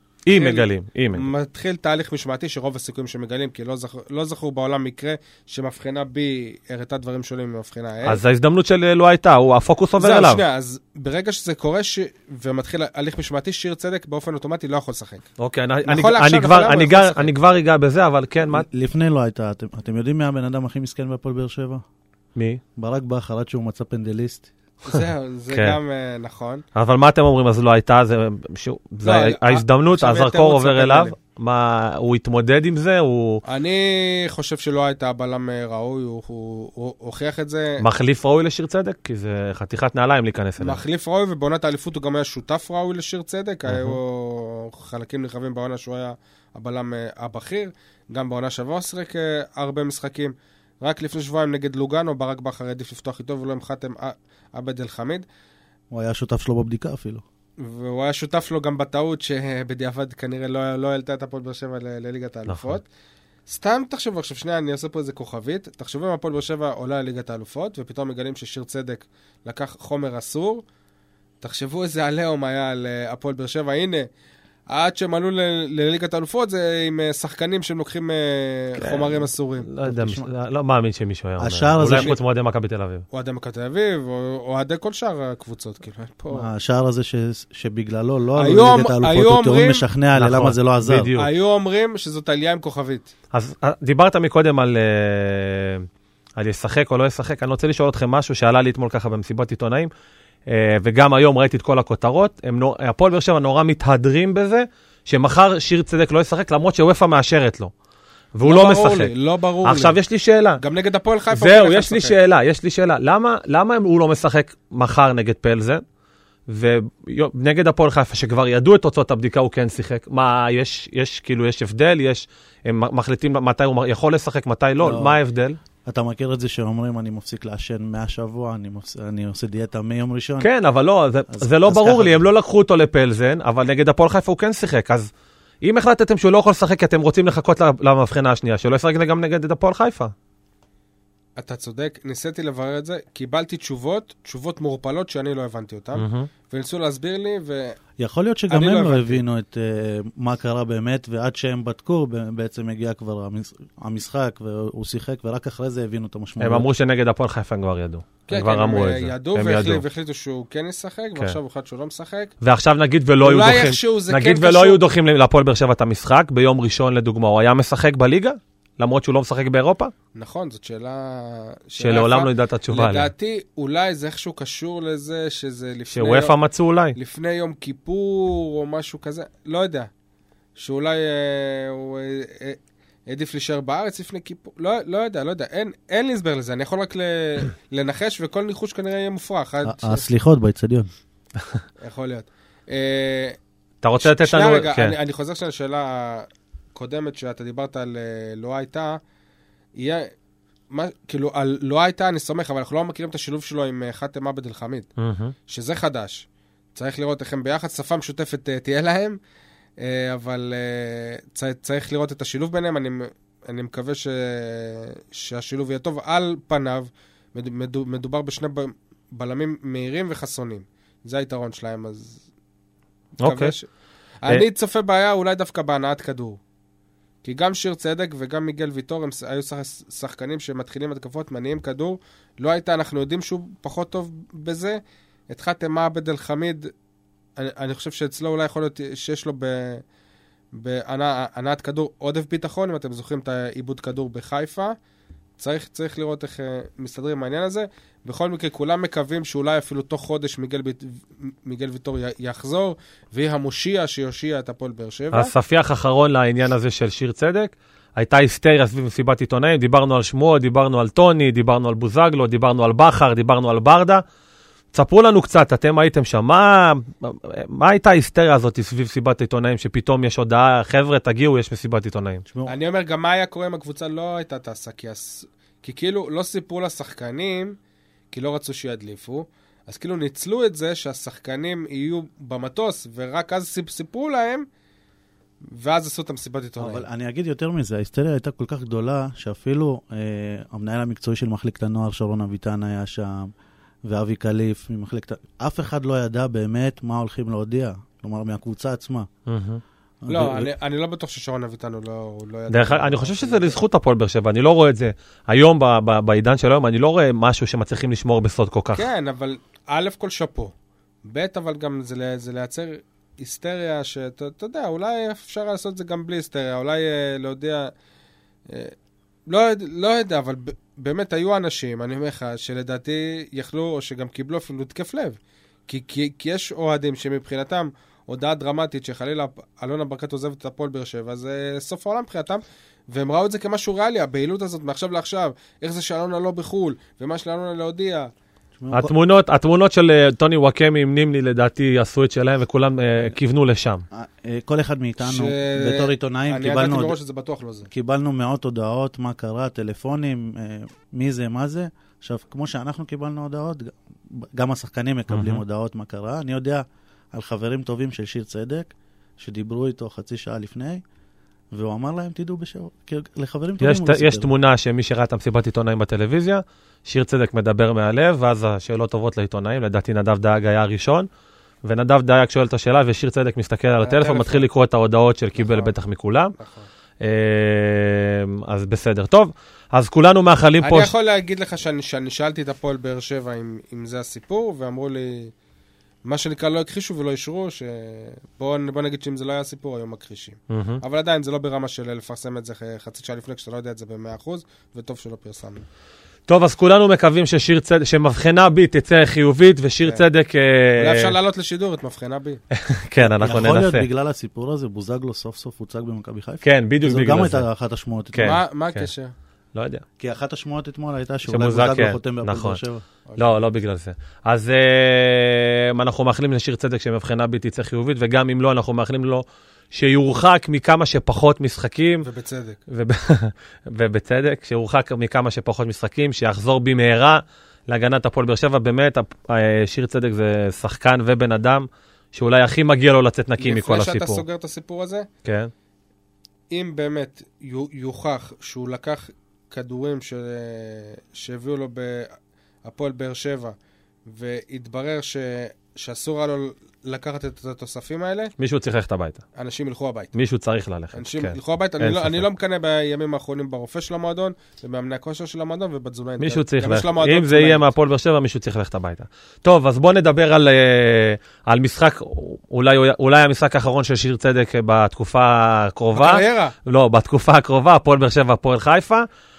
מתחיל תהליך משמעתי שרוב הסיכויים שמגלים, כי לא זכור בעולם מקרה שמבחינה בי הראתה דברים שונים ממבחינה A. אז ההזדמנות של לואי טאה, הפוקוס עובר אליו. שנייה, אז ברגע שזה קורה ומתחיל הליך משמעתי, שיר צדק באופן אוטומטי לא יכול לשחק. אוקיי, אני כבר אגע בזה, אבל כן, מה? לפני לואי טאה, אתם יודעים מי הבן אדם הכי מסכן בהפועל באר שבע? מי? ברק בכר, עד שהוא מצא פנדליסט. זה גם נכון. אבל מה אתם אומרים? אז לא הייתה, זה ההזדמנות, הזרקור עובר אליו. הוא התמודד עם זה? אני חושב שלא הייתה בלם ראוי, הוא הוכיח את זה. מחליף ראוי לשיר צדק? כי זה חתיכת נעליים להיכנס אליו. מחליף ראוי, ובעונת האליפות הוא גם היה שותף ראוי לשיר צדק. היו חלקים נרחבים בעונה שהוא היה הבלם הבכיר. גם בעונה שבוע שרק הרבה משחקים. רק לפני שבועיים נגד לוגאנו, ברק בכר עדיף לפתוח איתו, ולא עם חתם עבד אל חמיד. הוא היה שותף שלו בבדיקה אפילו. והוא היה שותף לו גם בטעות, שבדיעבד כנראה לא העלתה את הפועל באר שבע לליגת האלופות. סתם תחשבו, עכשיו שנייה, אני עושה פה איזה כוכבית, תחשבו אם הפועל באר שבע עולה לליגת האלופות, ופתאום מגלים ששיר צדק לקח חומר אסור, תחשבו איזה עליהום היה על הפועל באר שבע, הנה, עד שהם עלו לליגת האלופות, זה עם שחקנים שהם לוקחים חומרים אסורים. לא יודע, לא מאמין שמישהו היה אומר. אולי חוץ מועדי מכבי תל אביב. אוהדי מכבי תל אביב, או אוהדי כל שאר הקבוצות. השער הזה שבגללו לא עלו לליגת האלופות, הוא תיאור משכנע למה זה לא עזר. היו אומרים שזאת עלייה עם כוכבית. אז דיברת מקודם על ישחק או לא ישחק, אני רוצה לשאול אתכם משהו שעלה לי אתמול ככה במסיבת עיתונאים, וגם היום ראיתי את כל הכותרות, הפועל באר שבע נורא מתהדרים בזה, שמחר שיר צדק לא ישחק, למרות שוופא מאשרת לו. והוא לא משחק. לא ברור לי. עכשיו יש לי שאלה. גם נגד הפועל חיפה. זהו, יש לי שאלה. למה הוא לא משחק מחר נגד פלזן, ונגד הפועל חיפה, שכבר ידעו את תוצאות הבדיקה, הוא כן שיחק? מה, יש הבדל? הם מחליטים מתי הוא יכול לשחק, מתי לא? מה ההבדל? אתה מכיר את זה שאומרים, אני מפסיק לעשן מהשבוע, אני עושה דיאטה מיום ראשון? כן, אבל לא, זה לא ברור לי, הם לא לקחו אותו לפלזן, אבל נגד הפועל חיפה הוא כן שיחק, אז אם החלטתם שהוא לא יכול לשחק, כי אתם רוצים לחכות למבחנה השנייה, שלא ישחק גם נגד הפועל חיפה. אתה צודק, ניסיתי לברר את זה, קיבלתי תשובות מעורפלות שאני לא הבנתי אותן, וניסו להסביר לי, יכול להיות שגם הם לא הבינו את מה קרה באמת, ועד שהם בדקו, בעצם הגיע כבר המשחק, והוא שיחק, ורק אחרי זה הבינו את המשמעות. הם אמרו שנגד הפועל חיפה הם כבר ידעו. כן, הם ידעו והחליטו שהוא כן ישחק, ועכשיו הוא החליט שהוא לא משחק. ועכשיו נגיד ולא היו דוחים להפועל באר שבע את המשחק, ביום ראשון לדוגמה, הוא היה משחק בליגה? למרות שהוא לא משחק באירופה? נכון, זאת שאלה... שלעולם לא ידעת התשובה עליה. לדעתי, אולי זה איכשהו קשור לזה שזה לפני... שוופא מצאו אולי? לפני יום כיפור או משהו כזה, לא יודע. שאולי הוא עדיף להישאר בארץ לפני כיפור, לא יודע. אין לי הסבר לזה, אני יכול רק לנחש, וכל ניחוש כנראה יהיה מופרך. הסליחות באצטדיון. יכול להיות. אתה רוצה לתת לנו... אני חוזר של השאלה... קודמת שאתה דיברת על לא הייתה, כאילו על לא הייתה אני סומך, אבל אנחנו לא מכירים את השילוב שלו עם חתם עבד אל חמיד, שזה חדש. צריך לראות איך הם ביחד, שפה משותפת תהיה להם, אבל צריך לראות את השילוב ביניהם, אני מקווה שהשילוב יהיה טוב. על פניו, מדובר בשני בלמים מהירים וחסונים. זה היתרון שלהם, אז... אוקיי. אני צופה בעיה אולי דווקא בהנעת כדור. כי גם שיר צדק וגם מיגל ויטור הם היו שחקנים שמתחילים התקפות, מניעים כדור. לא הייתה, אנחנו יודעים שהוא פחות טוב בזה. את חתם עבד אל חמיד, אני חושב שאצלו אולי יכול להיות שיש לו בהנעת כדור עודף ביטחון, אם אתם זוכרים את העיבוד כדור בחיפה. צריך לראות איך מסתדרים העניין הזה. בכל מקרה, כולם מקווים שאולי אפילו תוך חודש מיגל ויטור יחזור, ויהיה המושיע שיושיע את הפועל באר שבע. הספיח האחרון לעניין הזה של שיר צדק, הייתה היסטריה סביב מסיבת עיתונאים, דיברנו על שמו, דיברנו על טוני, דיברנו על בוזגלו, דיברנו על בכר, דיברנו על ברדה. תספרו לנו קצת, אתם הייתם שם, מה הייתה ההיסטריה הזאת סביב מסיבת עיתונאים, שפתאום יש הודעה, חבר'ה תגיעו, יש מסיבת עיתונאים. אני אומר, גם מה היה קורה אם הקבוצה לא הייתה טסה, כי כאילו לא סיפרו לשחקנים, כי לא רצו שידליפו, אז כאילו ניצלו את זה שהשחקנים יהיו במטוס, ורק אז סיפרו להם, ואז עשו את המסיבת עיתונאים. אבל אני אגיד יותר מזה, ההיסטריה הייתה כל כך גדולה, שאפילו המנהל המקצועי של מחלקת הנוער, שרון אביטן היה שם, ואבי קליף ממחלקת... אף אחד לא ידע באמת מה הולכים להודיע, כלומר מהקבוצה עצמה. לא, אני לא בטוח ששרון אביטן הוא לא ידע. דרך אני חושב שזה לזכות הפועל באר שבע, אני לא רואה את זה. היום, בעידן של היום, אני לא רואה משהו שמצליחים לשמור בסוד כל כך. כן, אבל א' כל שפו. ב' אבל גם זה לייצר היסטריה שאתה יודע, אולי אפשר לעשות את זה גם בלי היסטריה, אולי להודיע... לא יודע, אבל באמת היו אנשים, אני אומר לך, שלדעתי יכלו, או שגם קיבלו אפילו תקף לב. כי יש אוהדים שמבחינתם הודעה דרמטית שחלילה אלונה ברקת עוזבת את הפועל באר שבע, זה סוף העולם מבחינתם, והם ראו את זה כמשהו ריאלי, הבהילות הזאת מעכשיו לעכשיו, איך זה שאלונה לא בחול, ומה שלאלונה להודיע. התמונות של טוני וואקמי עם נימני לדעתי עשו את שלהם וכולם כיוונו לשם. כל אחד מאיתנו, בתור עיתונאים, קיבלנו מאות הודעות, מה קרה, טלפונים, מי זה, מה זה. עכשיו, כמו שאנחנו קיבלנו הודעות, גם השחקנים מקבלים הודעות מה קרה. אני יודע על חברים טובים של שיר צדק, שדיברו איתו חצי שעה לפני, והוא אמר להם, תדעו בשבוע. לחברים טובים הוא סיפר. יש תמונה שמי שראה את המסיבת עיתונאים בטלוויזיה, שיר צדק מדבר מהלב, ואז השאלות טובות לעיתונאים, לדעתי נדב דייג היה הראשון, ונדב דייג שואל את השאלה, ושיר צדק מסתכל על הטלפון, מתחיל לקרוא את ההודעות של קיבל בטח מכולם. אז בסדר. טוב, אז כולנו מאחלים פה... אני יכול להגיד לך שאני שאלתי את הפועל באר שבע אם זה הסיפור, ואמרו לי, מה שנקרא לא הכחישו ולא ישרו, בוא נגיד שאם זה לא היה הסיפור, היום מכחישים. אבל עדיין זה לא ברמה של לפרסם את זה חצי שעה לפני, כשאתה לא יודע את זה ב100%, וטוב שלא פרסמנו. טוב, אז כולנו מקווים ששיר צדק, שמבחנה בי תצא חיובית, ושיר צדק... אולי אפשר לעלות לשידור את מבחנה בי. כן, אנחנו ננסה. יכול להיות בגלל הסיפור הזה, בוזגלו סוף סוף הוצג במכבי חיפה? כן, בדיוק בגלל זה. זו גם הייתה אחת השמועות. מה הקשר? לא יודע. כי אחת השמועות אתמול הייתה שאולי בוזגלו חותם בהפועל באר שבע. לא בגלל זה. אז אנחנו מאחלים לשיר צדק שמבחנה בי תצא חיובית, וגם אם לא, אנחנו מאחלים לו שיורחק מכמה שפחות משחקים. ובצדק. ובצדק, שיורחק מכמה שפחות משחקים, שיחזור במהרה להגנת הפועל באר שבע. באמת, שיר צדק זה שחקן ובן אדם, שאולי הכי מגיע לו לצאת נקי מכל הסיפור. לפני שאתה סוגר את הסיפור הזה, כן. אם באמת יוכח שהוא לקח כדורים שהביאו לו בהפועל באר שבע, והתברר שאסור היה לו לקחת את התוספים האלה, מישהו צריך ללכת הביתה. אנשים ילכו הביתה. מישהו צריך ללכת. אנשים ילכו הביתה. אני לא מקנה בימים האחרונים ברופא של המועדון, ובמאמני הכושר של המועדון, ובתזונאית. מישהו צריך ללכת. אם זה יהיה מהפועל באר שבע, מישהו צריך ללכת הביתה. טוב, אז בוא נדבר על משחק, אולי המשחק האחרון של שיר צדק בתקופה הקרובה. בקריירה. לא, בתקופה הקרובה, הפועל באר שבע, הפועל חיפה.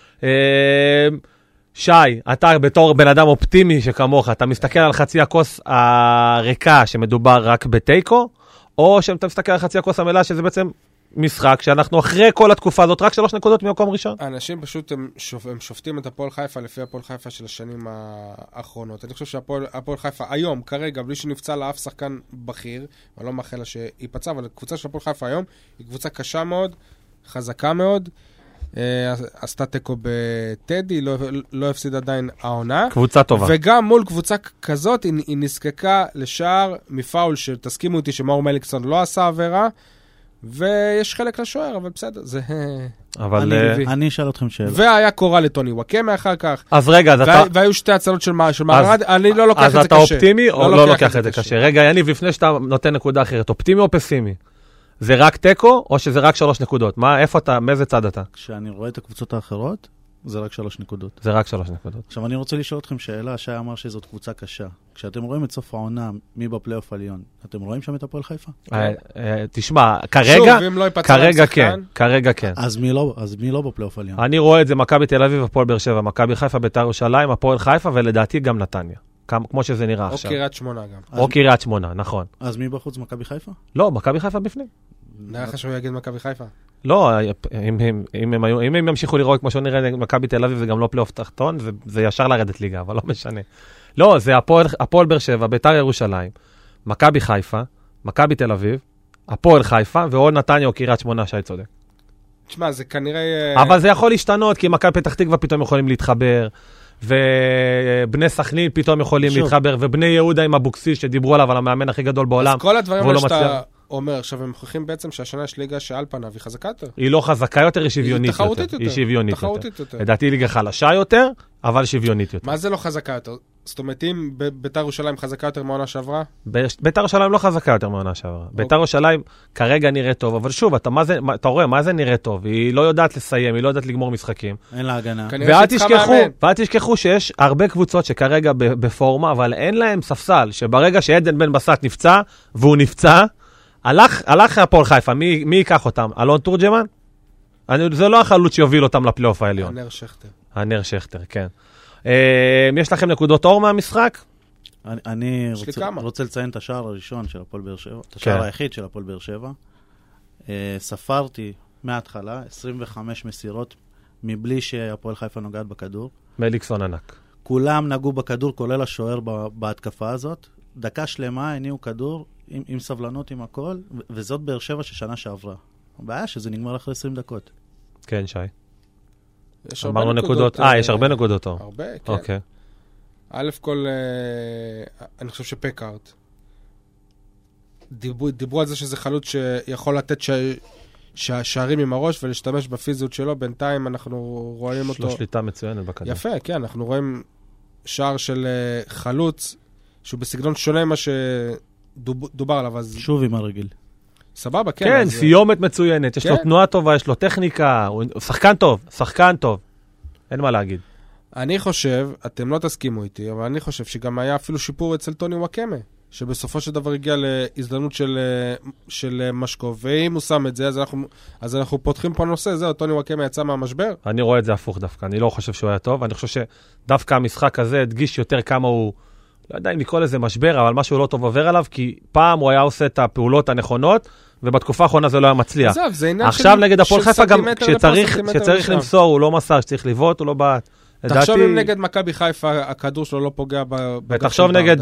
שי, אתה בתור בן אדם אופטימי שכמוך, אתה מסתכל על חצי הכוס הריקה שמדובר רק בטייקו, או שאתה מסתכל על חצי הכוס המלאה שזה בעצם משחק שאנחנו אחרי כל התקופה הזאת רק 3 נקודות ממקום ראשון? האנשים פשוט הם שופטים את הפועל חיפה לפי הפועל חיפה של השנים האחרונות. אני חושב שהפועל חיפה היום, כרגע, בלי שנפצע לאף שחקן בכיר, ואני לא מאחל לה שיפצע, אבל הקבוצה של הפועל חיפה היום היא קבוצה קשה מאוד, חזקה מאוד, עשתה תיקו בטדי, לא הפסיד עדיין העונה. קבוצה טובה. וגם מול קבוצה כזאת, היא נזקקה לשער מפאול, שתסכימו אותי שמאור מליקסון לא עשה עבירה, ויש חלק לשוער, אבל בסדר, זה... אבל... אני אשאל אתכם שאלה. והיה קורא לטוני וואקמה אחר כך. אז רגע, אז אתה... והיו שתי הצלות של מערד, אני לא לוקח את זה קשה. אז אתה אופטימי או לא לוקח את זה קשה? רגע, יניב, לפני שאתה נותן נקודה אחרת, אופטימי או פסימי? זה רק טקו, או שזה רק 3 נקודות? איפה אתה, מאיזה צד אתה? כשאני רואה את הקבוצות האחרות, זה רק 3 נקודות. זה רק 3 נקודות. עכשיו, אני רוצה לשאול אתכם שאלה, שי אמר שזאת קבוצה קשה. כשאתם רואים את סוף העונה, מי בפלייאוף עליון, אתם רואים שם את הפועל חיפה? תשמע, כרגע כן. אז מי לא בפלייאוף עליון? אני רואה את זה מכבי תל אביב, הפועל באר שבע, מכבי חיפה, בית"ר ירושלים, הפועל חיפה, ולדעתי גם נתניה. כמו שזה נראה עכשיו. או קריית שמונה גם. או קריית שמונה, נכון. אז מי בחוץ, מכבי חיפה? לא, מכבי חיפה בפנים. נראה לך שהוא יגיד מכבי חיפה? לא, אם הם ימשיכו לראות כמו שנראה מכבי תל אביב, זה גם לא פלייאוף תחתון, זה ישר לרדת ליגה, אבל לא משנה. לא, זה הפועל באר שבע, בית"ר ירושלים, מכבי חיפה, מכבי תל אביב, הפועל חיפה, ועוד נתניה או קריית שמונה, שי צודק. תשמע, זה כנראה... אבל זה יכול להשתנות, כי מכבי פתח תקווה פתאום יכולים להתחבר, ובני סכנין פתאום יכולים להתחבר, ובני יהודה עם אבוקסיס שדיברו עליו על המאמן הכי גדול בעולם. אז כל הדברים האלה שאתה אומר, עכשיו הם מוכיחים בעצם שהשנה יש ליגה שעל פניו היא חזקה יותר. היא לא חזקה יותר, היא שוויונית יותר. היא שוויונית יותר. לדעתי ליגה חלשה יותר, אבל שוויונית יותר. מה זה לא חזקה יותר? זאת אומרת, אם בית"ר ירושלים חזקה יותר מעונה שעברה? בית"ר ירושלים לא חזקה יותר מעונה שעברה. בית"ר ירושלים כרגע נראה טוב, אבל שוב, אתה רואה, מה זה נראה טוב? היא לא יודעת לסיים, היא לא יודעת לגמור משחקים. אין לה הגנה. ואל תשכחו שיש הרבה קבוצות שכרגע בפורמה, אבל אין להם ספסל, שברגע שעדן בן בסט נפצע, והוא נפצע, הלך הפועל חיפה, מי ייקח אותם? אלון תורג'מן? זה לא החלוץ שיוביל אותם לפלייאוף העליון. הנר שכטר. הנר שכטר, כן. יש לכם נקודות אור מהמשחק? אני יש לי כמה. רוצה לציין את השער הראשון של הפועל באר שבע, את השער היחיד של הפועל באר שבע. ספרתי מההתחלה 25 מסירות מבלי שהפועל חיפה נוגעת בכדור. מליקסון ענק. כולם נגעו בכדור, כולל השוער בהתקפה הזאת. דקה שלמה הניעו כדור עם סבלנות, עם הכל, וזאת באר שבע ששנה שעברה. הבעיה שזה נגמר אחרי 20 דקות. כן, שי. יש אמרנו נקודות. יש הרבה נקודות. הרבה, כן. אוקיי. א' כל, אני חושב שפקארט. דיברו על זה שזה חלוץ שיכול לתת שערים עם הראש ולהשתמש בפיזיות שלו. בינתיים אנחנו רואים אותו... יש לו שליטה מצוינת בכדור. יפה, כן. אנחנו רואים שער של חלוץ שהוא בסגנון שונה ממה שדובר עליו. שוב עם הרגיל. סבבה, כן. כן, סיומת מצוינת. יש לו תנועה טובה, יש לו טכניקה. הוא שחקן טוב. אין מה להגיד. אני חושב, אתם לא תסכימו איתי, אבל אני חושב שגם היה אפילו שיפור אצל טוני וואקמה, שבסופו של דבר הגיע להזדמנות של משקו, ואם הוא שם את זה, אז אנחנו פותחים פה נושא, זהו, טוני וואקמה יצא מהמשבר. אני רואה את זה הפוך דווקא, אני לא חושב שהוא היה טוב, אני חושב שדווקא המשחק הזה הדגיש יותר כמה הוא, לא יודע אם לקרוא לזה משבר, אבל משהו לא טוב עובר עליו, כי פעם הוא היה עושה את הפעולות הנכונות, ובתקופה האחרונה זה לא היה מצליח. עכשיו נגד הפועל חיפה גם, כשצריך למסור, הוא לא מסר, שצריך לבעוט, הוא לא בעט. תחשוב אם נגד מכבי חיפה, הכדור שלו לא פוגע ותחשוב נגד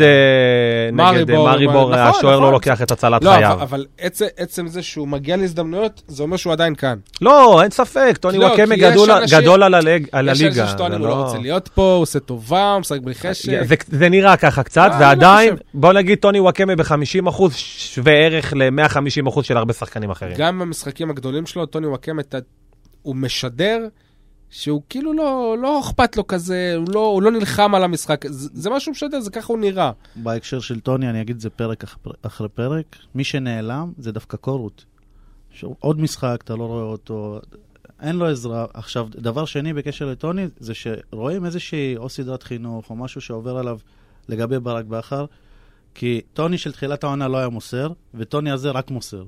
מאריבור, השוער לא לוקח את הצלת חייו. לא, אבל עצם זה שהוא מגיע להזדמנויות, זה אומר שהוא עדיין כאן. לא, אין ספק, טוני וואקמה גדול על הליגה. יש אנשים שטוענים, הוא לא רוצה להיות פה, הוא עושה טובה, הוא משחק בלי חשק. זה נראה ככה קצת, ועדיין, בוא נגיד טוני וואקמה ב-50% שווה ערך ל-150% של הרבה שחקנים אחרים. גם במשחקים הגדולים שלו, טוני וואקמה הוא משדר שהוא כאילו לא אכפת לו כזה, הוא לא נלחם על המשחק, זה מה שהוא משדר, זה ככה הוא נראה. בהקשר של טוני, אני אגיד זה פרק אחרי פרק, מי שנעלם זה דווקא קורות. עוד משחק, אתה לא רואה אותו, אין לו עזרה. עכשיו, דבר שני בקשר לטוני, זה שרואים איזושהי או סדרת חינוך, או משהו שעובר עליו לגבי ברק בכר, כי טוני של תחילת העונה לא היה מוסר, וטוני הזה רק מוסר.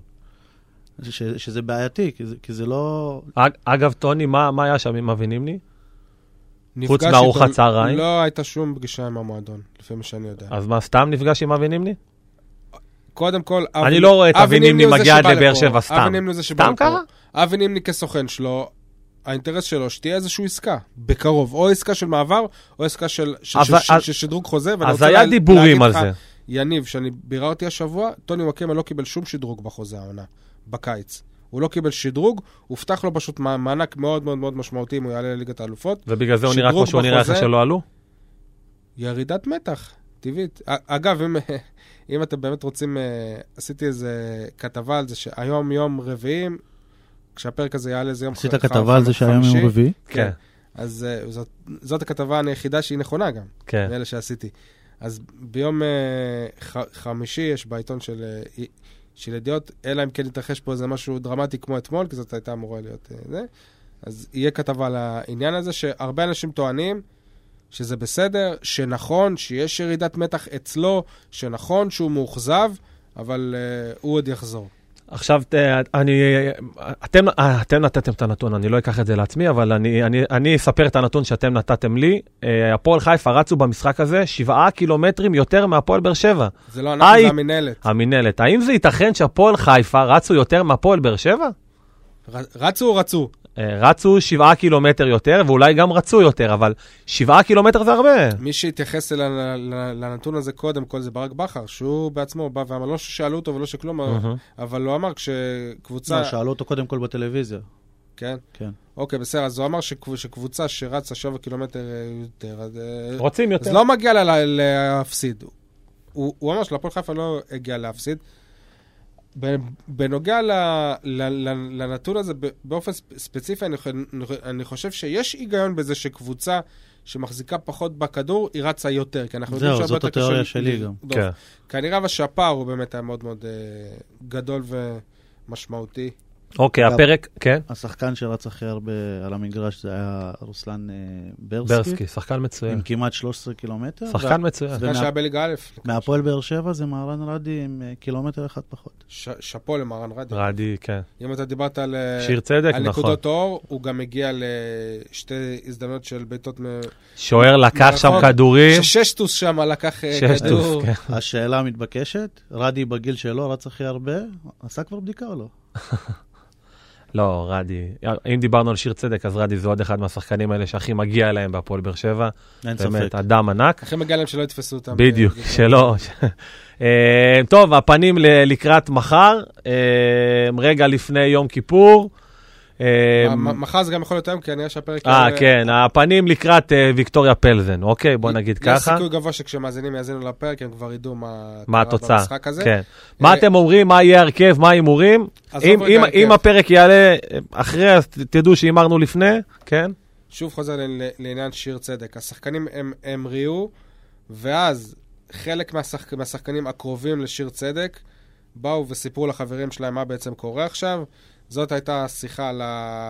שזה בעייתי, כי זה לא... אגב, טוני, מה היה שם עם מבינים לי? חוץ מארוחת צהריים? לא הייתה שום פגישה עם המועדון, לפי מה שאני יודע. אז מה, סתם נפגש עם מבינים לי? קודם כל, אני לא רואה את אבינים לי מגיע עד לבאר שבע, סתם. סתם קרה? אבינים לי כסוכן שלו, האינטרס שלו שתהיה איזושהי עסקה, בקרוב, או עסקה של מעבר, או עסקה של שדרוג חוזה. אז היה דיבורים על זה. יניב, שאני ביררתי השבוע, טוני וואקמה לא קיבל שום שדרוג בחוזה העונה. בקיץ. הוא לא קיבל שדרוג, הובטח לו פשוט מענק מאוד מאוד מאוד משמעותי אם הוא יעלה לליגת האלופות. ובגלל זה הוא נראה כמו שהוא נראה אחרי שלא עלו? ירידת מתח, טבעית. אגב, אם אתם באמת רוצים, עשיתי איזה כתבה על זה שהיום יום רביעי, כשהפרק הזה יעלה זה יום חמישי. עשית כתבה על זה שהיום יום רביעי? כן. אז זאת הכתבה היחידה שהיא נכונה גם. כן. מאלה שעשיתי. אז ביום חמישי יש בעיתון של ידיעות, אלא אם כן יתרחש פה איזה משהו דרמטי כמו אתמול, כי זאת הייתה אמורה להיות זה. אז יהיה כתבה על העניין הזה, שהרבה אנשים טוענים שזה בסדר, שנכון, שיש ירידת מתח אצלו, שנכון שהוא מאוכזב, אבל הוא עוד יחזור. עכשיו, אתם נתתם את הנתון, אני לא אקח את זה לעצמי, אבל אני אספר את הנתון שאתם נתתם לי. הפועל חיפה רצו במשחק הזה 7 קילומטרים יותר מהפועל באר שבע. זה לא אנחנו, זה המנהלת. המנהלת. האם זה ייתכן שהפועל חיפה רצו יותר מהפועל באר שבע? רצו או רצו? רצו 7 קילומטר יותר, ואולי גם רצו יותר, אבל 7 קילומטר זה הרבה. מי שהתייחס לנתון הזה קודם כל זה ברק בכר, שהוא בעצמו בא ואמר, לא ששאלו אותו ולא שכלום, אבל הוא אמר כשקבוצה... לא, שאלו אותו קודם כל בטלוויזיה. כן? כן. אוקיי, בסדר, אז הוא אמר שקבוצה שרצה 7 קילומטר יותר, רוצים יותר. אז לא מגיע לה להפסיד. הוא אמר שלפועל חיפה לא הגיע להפסיד. בנוגע לנתון הזה, באופן ספציפי, אני חושב שיש היגיון בזה שקבוצה שמחזיקה פחות בכדור, היא רצה יותר. זהו, זאת התיאוריה שלי גם. כנראה שהפער הוא באמת היה מאוד מאוד גדול ומשמעותי. אוקיי, הפרק, כן. השחקן שרץ הכי הרבה על המגרש זה היה רוסלן ברסקי, שחקן מצוין. עם כמעט 13 קילומטר. שחקן מצוין. שחקן שהיה בליגה א'. מהפועל באר שבע זה מהרן רדי עם קילומטר אחד פחות. שפו למהרן רדי. רדי, כן. אם אתה דיברת על שיר צדק, נכון. נקודות אור, הוא גם הגיע לשתי הזדמנות של ביתות שוער לקח שם כדורים. ששטוס שם לקח כדור. כן. השאלה המתבקשת, רדי בגיל שלו רץ הכי הרבה, עשה כבר בדיקה או לא? לא, רדי. אם דיברנו על שיר צדק, אז רדי זה עוד אחד מהשחקנים האלה שהכי מגיע אליהם בהפועל באר שבע. אין ספק. באמת, אדם ענק. הכי מגיע להם שלא יתפסו אותם. בדיוק, שלא. טוב, הפנים לקראת מחר, רגע לפני יום כיפור. מחר זה גם יכול להיות היום, כי אני יש הפרק... כן, הפנים לקראת ויקטוריה פלזן, אוקיי? בוא נגיד ככה. יש סיכוי גבוה שכשמאזינים יאזינו לפרק, הם כבר ידעו מה התוצאה. במשחק הזה. כן. מה אתם אומרים, מה יהיה הרכב, מה הימורים? אם הפרק יעלה אחרי, אז תדעו שהימרנו לפני, כן? שוב חוזר לעניין שיר צדק. השחקנים הם ריאו, ואז חלק מהשחקנים הקרובים לשיר צדק, באו וסיפרו לחברים שלהם מה בעצם קורה עכשיו. זאת הייתה שיחה על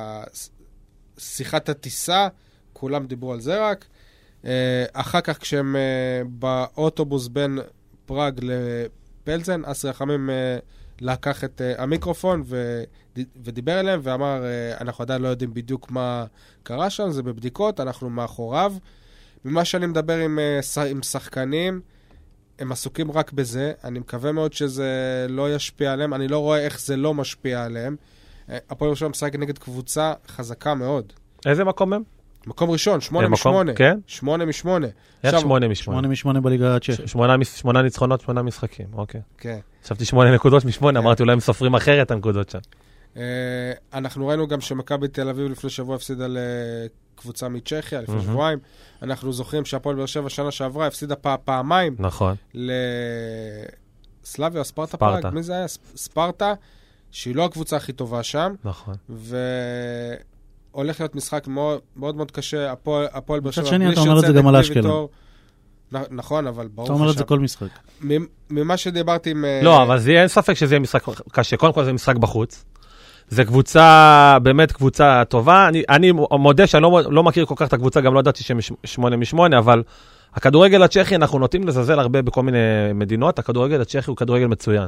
שיחת הטיסה, כולם דיברו על זה רק. אחר כך כשהם באוטובוס בין פראג לפלזן, אסי רחמים לקח את המיקרופון ודיבר אליהם ואמר, אנחנו עדיין לא יודעים בדיוק מה קרה שם, זה בבדיקות, אנחנו מאחוריו. ממה שאני מדבר עם שחקנים, הם עסוקים רק בזה, אני מקווה מאוד שזה לא ישפיע עליהם, אני לא רואה איך זה לא משפיע עליהם. הפועל באר שבע משחק נגד קבוצה חזקה מאוד. איזה מקום הם? מקום ראשון, 8-8. כן? 8-8. איך 8-8? 8-8 בליגה הצ'כית. 8 ניצחונות, 8 משחקים, אוקיי. כן. חשבתי 8 נקודות מ8, אמרתי אולי הם סופרים אחרת הנקודות שם. אנחנו ראינו גם שמכבי תל אביב לפני שבוע הפסידה לקבוצה מצ'כיה, לפני שבועיים. אנחנו זוכרים שהפועל באר שבע שנה שעברה הפסידה פעמיים. נכון. לסלאביה, ספרטה פראג, מי זה היה? ספרטה, שהיא לא הקבוצה הכי טובה שם. נכון. והולך להיות משחק מאוד מאוד קשה, הפועל באר שבע. מצד שני, אתה אומר את זה גם על אשקלון. נכון, אבל ברור. אתה אומר את זה כל משחק. ממה שדיברתי עם... לא, אבל אין ספק שזה יהיה משחק קשה. קודם כל זה משחק בחוץ. זה קבוצה, באמת קבוצה טובה. אני מודה שאני לא מכיר כל כך את הקבוצה, גם לא ידעתי שהם 8-8, אבל הכדורגל הצ'כי, אנחנו נוטים לזלזל הרבה בכל מיני מדינות, הכדורגל הצ'כי הוא כדורגל מצוין.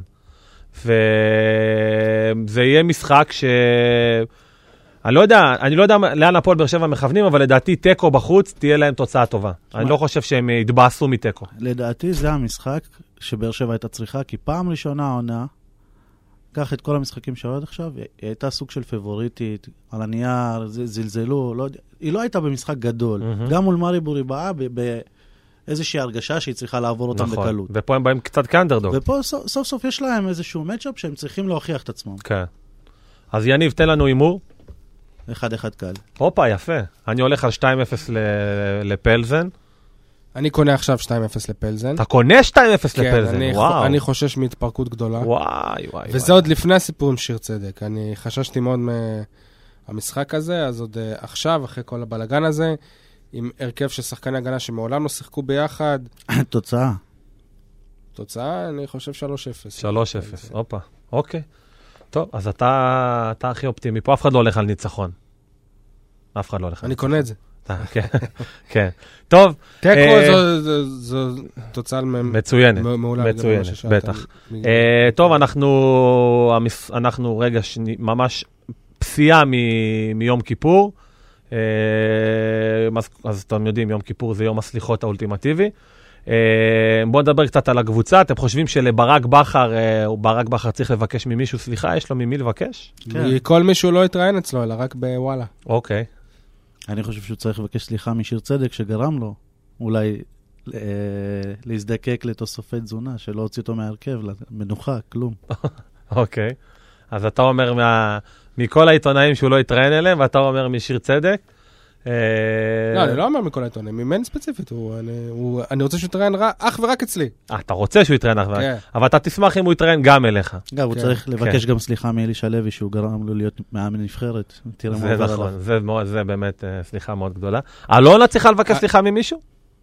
וזה יהיה משחק אני לא יודע לאן הפועל באר שבע מכוונים, אבל לדעתי טקו בחוץ תהיה להם תוצאה טובה. אני לא חושב שהם יתבאסו מטקו. לדעתי זה המשחק שבאר שבע הייתה צריכה, כי פעם ראשונה העונה, קח את כל המשחקים שהיו עד עכשיו, היא הייתה סוג של פבוריטית, על הנייר, זלזלו, היא לא הייתה במשחק גדול. גם מול מאריבור היא באה באיזושהי הרגשה שהיא צריכה לעבור אותם בקלות. ופה הם באים קצת כאנדרדוג. ופה סוף סוף יש להם איזשהו מצ'אפ שהם צריכים להוכיח את עצמם. כן. אז יניב, תן לנו אימור. 1-1 קל. הופה, יפה. אני הולך על 2-0 לפלזן. אני קונה עכשיו 2-0 לפלזן. אתה קונה 2-0 לפלזן, וואו. אני חושש מהתפרקות גדולה. וואי. וזה עוד לפני הסיפור עם שיר צדק. אני חששתי מאוד מהמשחק הזה, אז עוד עכשיו, אחרי כל הבלגן הזה, עם הרכב של שחקני הגנה שמעולם לא שיחקו ביחד. תוצאה, אני חושב 3-0. 3-0, הופה. אוקיי. טוב, אז אתה הכי אופטימי. פה אף אחד לא הולך על ניצחון. אף אחד לא הולך על ניצחון. אני קונה את זה. כן. טוב. תיקו זו תוצאה מצוינת, בטח. טוב, אנחנו רגע ממש פסיעה מיום כיפור. אז אתם יודעים, יום כיפור זה יום הסליחות האולטימטיבי. בואו נדבר קצת על הקבוצה. אתם חושבים שלברק בכר צריך לבקש ממישהו סליחה? יש לו ממי לבקש? כל מישהו לא יתראיין אצלו, אלא רק בוואלה. אוקיי. אני חושב שהוא צריך לבקש סליחה משיר צדק שגרם לו אולי להזדקק לתוספי תזונה, שלא הוציא אותו מהרכב, למנוחה, כלום. אוקיי. אז אתה אומר מכל העיתונאים שהוא לא יתראיין אליהם, ואתה אומר משיר צדק. לא, אני לא אומר מכל העיתונאים, ממני ספציפית. אני רוצה שהוא יתראיין אך ורק אצלי. אתה רוצה שהוא יתראיין אך ורק. אבל אתה תשמח אם הוא יתראיין גם אליך. הוא צריך לבקש גם סליחה מאלישע לוי, שהוא גרם לו להיות מאמן נבחרת. זה נכון, זה באמת סליחה מאוד גדולה. אלונה צריכה לבקש סליחה ממישהו?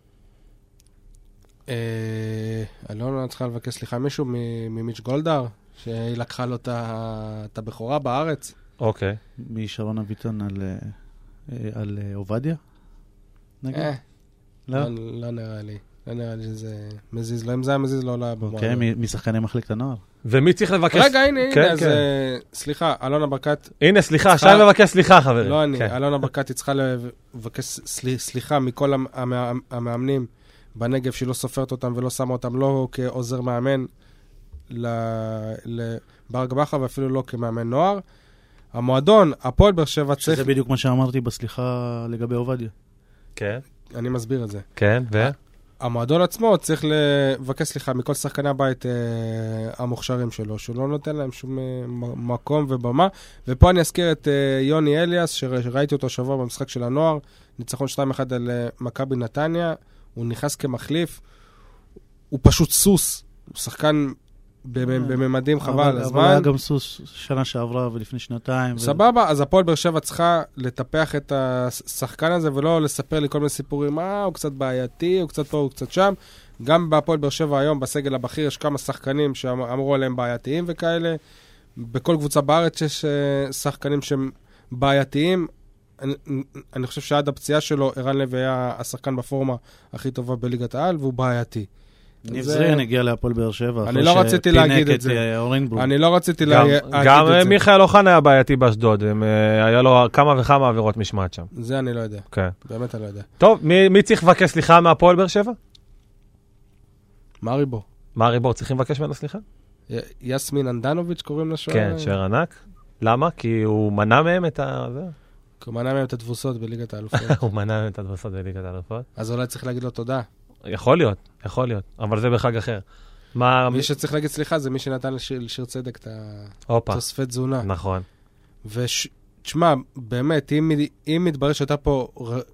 אלונה צריכה לבקש סליחה ממישהו, ממיץ' גולדהר, שהיא לקחה לו את הבכורה בארץ. אוקיי. משרון אביטון על עובדיה? נגיד? לא נראה לי. לא נראה לי שזה מזיז. לא, אם זה היה מזיז, לא היה במועדון. אוקיי, משחקני מחלקת הנוער. ומי צריך לבקש? רגע, הנה, אז סליחה, אלונה ברקת. הנה, סליחה, שי מבקש סליחה, חברים. לא אני, אלונה ברקת צריכה לבקש סליחה מכל המאמנים בנגב שהיא לא סופרת אותם ולא שמה אותם לא כעוזר מאמן לברק בכר ואפילו לא כמאמן נוער. המועדון, הפועל באר שבע צריך... שזה בדיוק מה שאמרתי בסליחה לגבי עובדיה. כן. אני מסביר את זה. כן, המועדון עצמו צריך לבקש סליחה מכל שחקני הבית המוכשרים שלו, שהוא לא נותן להם שום מקום ובמה. ופה אני אזכיר את יוני אליאס, שראיתי אותו שבוע במשחק של הנוער, ניצחון 2-1 על מכבי נתניה, הוא נכנס כמחליף, הוא פשוט סוס, הוא שחקן בממדים חבל על הזמן. אבל היה גם סוס שנה שעברה ולפני שנתיים. סבבה, אז הפועל באר שבע צריכה לטפח את השחקן הזה, ולא לספר לי כל מיני סיפורים, הוא קצת בעייתי, הוא קצת פה, הוא קצת שם. גם בהפועל באר שבע היום, בסגל הבכיר, יש כמה שחקנים שאמרו עליהם בעייתיים וכאלה. בכל קבוצה בארץ יש שחקנים שהם בעייתיים. אני חושב שעד הפציעה שלו, ערן לוי היה השחקן בפורמה הכי טובה בליגת העל, והוא בעייתי. ניב זריאן הגיע להפועל באר שבע. אני לא רציתי להגיד את זה. אני לא רציתי להגיד את זה. גם מיכאל אוחנה היה בעייתי באשדוד. היה לו כמה וכמה עבירות משמעת שם. זה אני לא יודע. כן. באמת אני לא יודע. טוב, מי צריך לבקש סליחה מהפועל באר שבע? מארי בור. מארי בור, צריכים לבקש ממנו סליחה? יסמין אנדנוביץ' קוראים לשוער. כן, שוער ענק. למה? כי הוא מנע מהם את זה. הוא מנע מהם את התבוסות בליגת האלופות. הוא מנע מהם את התבוסות בליגת האלופות. אז אולי צריך להגיד לו תודה. יכול להיות, אבל זה בחג אחר. מי שצריך להגיד סליחה זה מי שנתן לשיר צדק את התוספי תזונה. נכון. ותשמע, באמת, אם מתברר שהייתה פה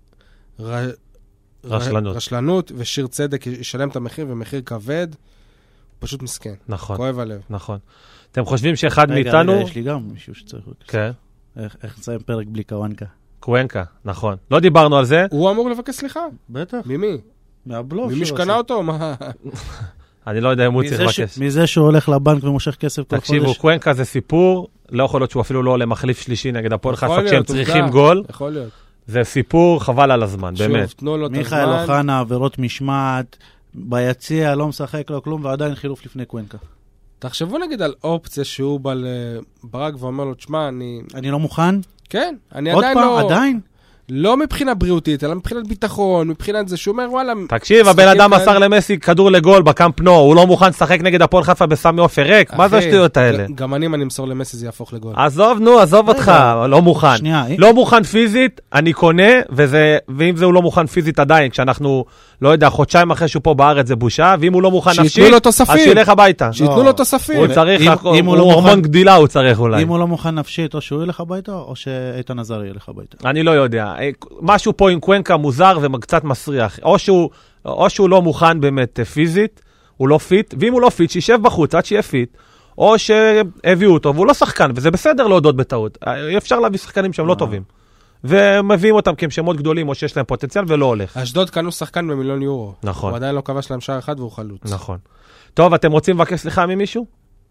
רשלנות ושיר צדק ישלם את המחיר ומחיר כבד, פשוט מסכן. נכון. כואב הלב. נכון. אתם חושבים שאחד מאיתנו... רגע, יש לי גם מישהו שצריך... כן. איך נסיים פרק בלי קוונקה? קוונקה, נכון. לא דיברנו על זה. הוא אמור לבקש סליחה. בטח. ממי? מהבלוף. ממי שקנה אותו? מה? אני לא יודע אם הוא צריך לבקש. מזה שהוא הולך לבנק ומושך כסף כל חודש. תקשיבו, קוונקה זה סיפור, לא יכול להיות שהוא אפילו לא עולה מחליף שלישי נגד הפועל חיפה כשהם צריכים גול. יכול להיות. זה סיפור חבל על הזמן, באמת. מיכאל אוחנה, עבירות משמעת, ביציע, לא משחק, לא כלום, ועדיין חילוף לפני קוונקה. תחשבו נגיד על אופציה שהוא בא לברק ואומר לו, תשמע, אני לא מוכן? כן, אני עדיין לא... עוד פעם, עדיין? לא מבחינה בריאותית, אלא מבחינת ביטחון, מבחינת זה שהוא אומר, וואלה... תקשיב, הבן אדם מסר למסי כדור לגול בקאמפ נו, הוא לא מוכן לשחק נגד הפועל חיפה בסמי עופר ריק, מה זה השטויות האלה? גם אני אמסור למסי זה יהפוך לגול. עזוב אותך, לא מוכן. לא מוכן פיזית, אני קונה, ואם זה הוא לא מוכן פיזית עדיין, כשאנחנו, לא יודע, חודשיים אחרי שהוא פה בארץ זה בושה, ואם הוא לא מוכן נפשית, אז שילך הביתה. שיתנו לו תוספים. הוא צריך, הוא הורמון גדילה הוא צריך אולי. אם הוא לא מוכן נפשית, או שהוא ילך הביתה, או שאיתן עזרי ילך הביתה. אני לא יודע. משהו פה עם קוונקה מוזר וקצת מסריח. או שהוא לא מוכן באמת פיזית, הוא לא פיט, ואם הוא לא פיט, שישב בחוץ עד שיהיה פיט, או שהביאו אותו, והוא לא שחקן, וזה בסדר להודות בטעות. אפשר להביא שחקנים שהם לא טובים. ומביאים אותם כי הם שמות גדולים, או שיש להם פוטנציאל, ולא הולך. אשדוד קנו שחקן ב1,000,000 יורו. נכון. הוא עדיין לא כבש להם שער אחד והוא חלוץ. נכון. טוב, אתם רוצים לבקש סליחה ממישהו?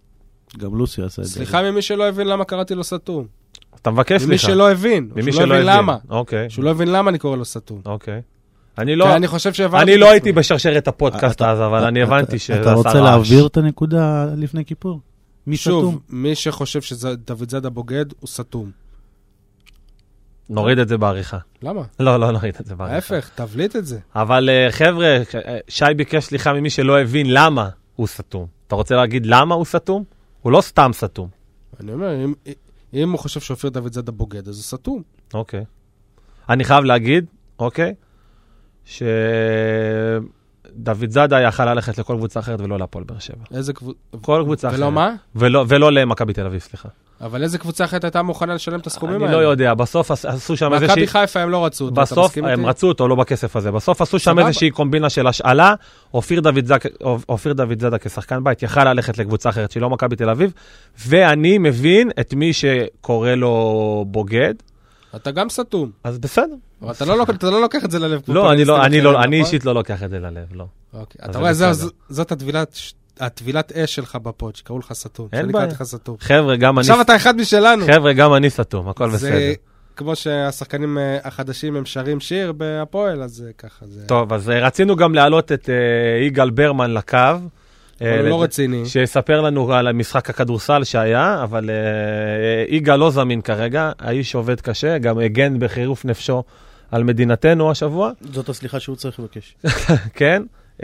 גם לוסי עשה את זה. סליחה ממי שלא הבין למה קראתי לו סתום. אתה מבקש סליחה. ממי שלא הבין. שהוא לא הבין למה. אוקיי. שהוא לא הבין למה אני קורא לו סתום. אוקיי. אני חושב שהבנתי. אני לא הייתי בשרשרת הפודקאסט אז, אבל אני הבנתי שזה עשה רעש. אתה רוצה להעביר את הנקודה לפני כיפור? מי סתום? שוב, מי שחושב שדוד זאדה בוגד, הוא סתום. נוריד את זה בעריכה. למה? לא נוריד את זה בעריכה. ההפך, תבליט את זה. אבל חבר'ה, שי ביקש סליחה ממי שלא הבין למה הוא סתום. אתה רוצה להגיד למה הוא סתום? הוא לא סתם סתום. אני אומר, אם הוא חושב שאופיר דוד זאדה בוגד, אז הוא סתום. אוקיי. אני חייב להגיד, אוקיי, שדוד זאדה יכל ללכת לכל קבוצה אחרת ולא להפועל באר שבע. איזה קבוצה? כל קבוצה אחרת. ולא מה? ולא למכבי תל אביב, סליחה. אבל איזה קבוצה אחרת הייתה מוכנה לשלם את הסכומים האלה? אני לא יודע, בסוף עשו שם איזושהי... מכבי חיפה הם לא רצו אותו, אתה מסכים איתי? הם רצו אותו, לא בכסף הזה. בסוף עשו שם איזושהי קומבינה של השאלה, אופיר דוד זאדה כשחקן בית יכל ללכת לקבוצה אחרת שהיא לא מכבי תל אביב, ואני מבין את מי שקורא לו בוגד. אתה גם סתום. אז בסדר. אבל אתה לא לוקח את זה ללב. לא, אני אישית לא לוקח את זה ללב, לא. אתה רואה, זאת הטבילת הטבילת אש שלך בפוד, שקראו לך סתום. אין בעיה. לך סתום. חבר'ה, גם אני... עכשיו אתה אחד משלנו. חבר'ה, גם אני סתום, הכל בסדר. זה כמו שהשחקנים החדשים הם שרים שיר בהפועל, אז ככה זה... טוב, אז רצינו גם להעלות את יגאל ברמן לקו. הוא לא רציני. שיספר לנו על המשחק הכדורסל שהיה, אבל יגאל לא זמין כרגע, האיש עובד קשה, גם הגן בחירוף נפשו על מדינתנו השבוע. זאת הסליחה שהוא צריך לבקש. כן.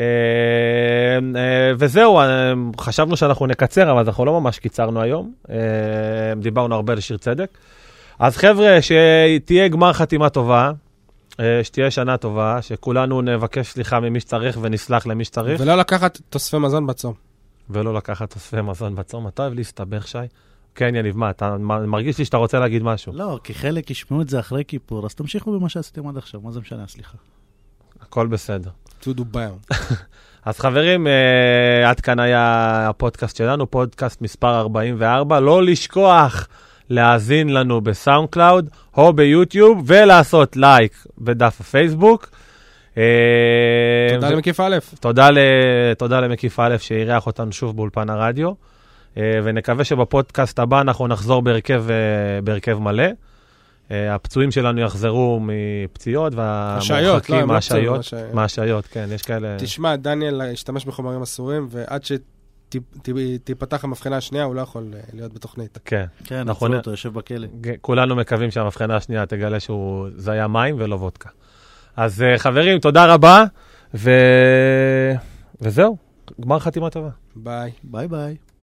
וזהו, חשבנו שאנחנו נקצר, אבל אנחנו לא ממש קיצרנו היום. דיברנו הרבה לשיר צדק. אז חבר'ה, שתהיה גמר חתימה טובה, שתהיה שנה טובה, שכולנו נבקש סליחה ממי שצריך ונסלח למי שצריך. ולא לקחת תוספי מזון בצום. ולא לקחת תוספי מזון בצום. אתה אוהב להסתבך, שי? כן, יניב, מה? אתה מרגיש לי שאתה רוצה להגיד משהו. לא, כי חלק ישמעו את זה אחרי כיפור, אז תמשיכו במה שעשיתם עד עכשיו. מה זה משנה? סליחה. הכל בסדר. To Dubai. אז חברים, עד כאן היה הפודקאסט שלנו, פודקאסט מספר 44. לא לשכוח להאזין לנו בסאונד קלאוד או ביוטיוב, ולעשות לייק בדף הפייסבוק. תודה למקיף א'. תודה למקיף א' שאירח אותנו שוב באולפן הרדיו, ונקווה שבפודקאסט הבא אנחנו נחזור בהרכב מלא. הפצועים שלנו יחזרו מפציעות, והמורחקים מהשעיות, כן, יש כאלה... תשמע, דניאל השתמש בחומרים אסורים, ועד שתיפתח המבחנה השנייה, הוא לא יכול להיות בתוכנית. כן. כן, עצרו אותו, יושב בכלא. כולנו מקווים שהמבחנה השנייה תגלה שזה היה מים ולא וודקה. אז חברים, תודה רבה, וזהו, גמר חתימה טובה. ביי. ביי ביי.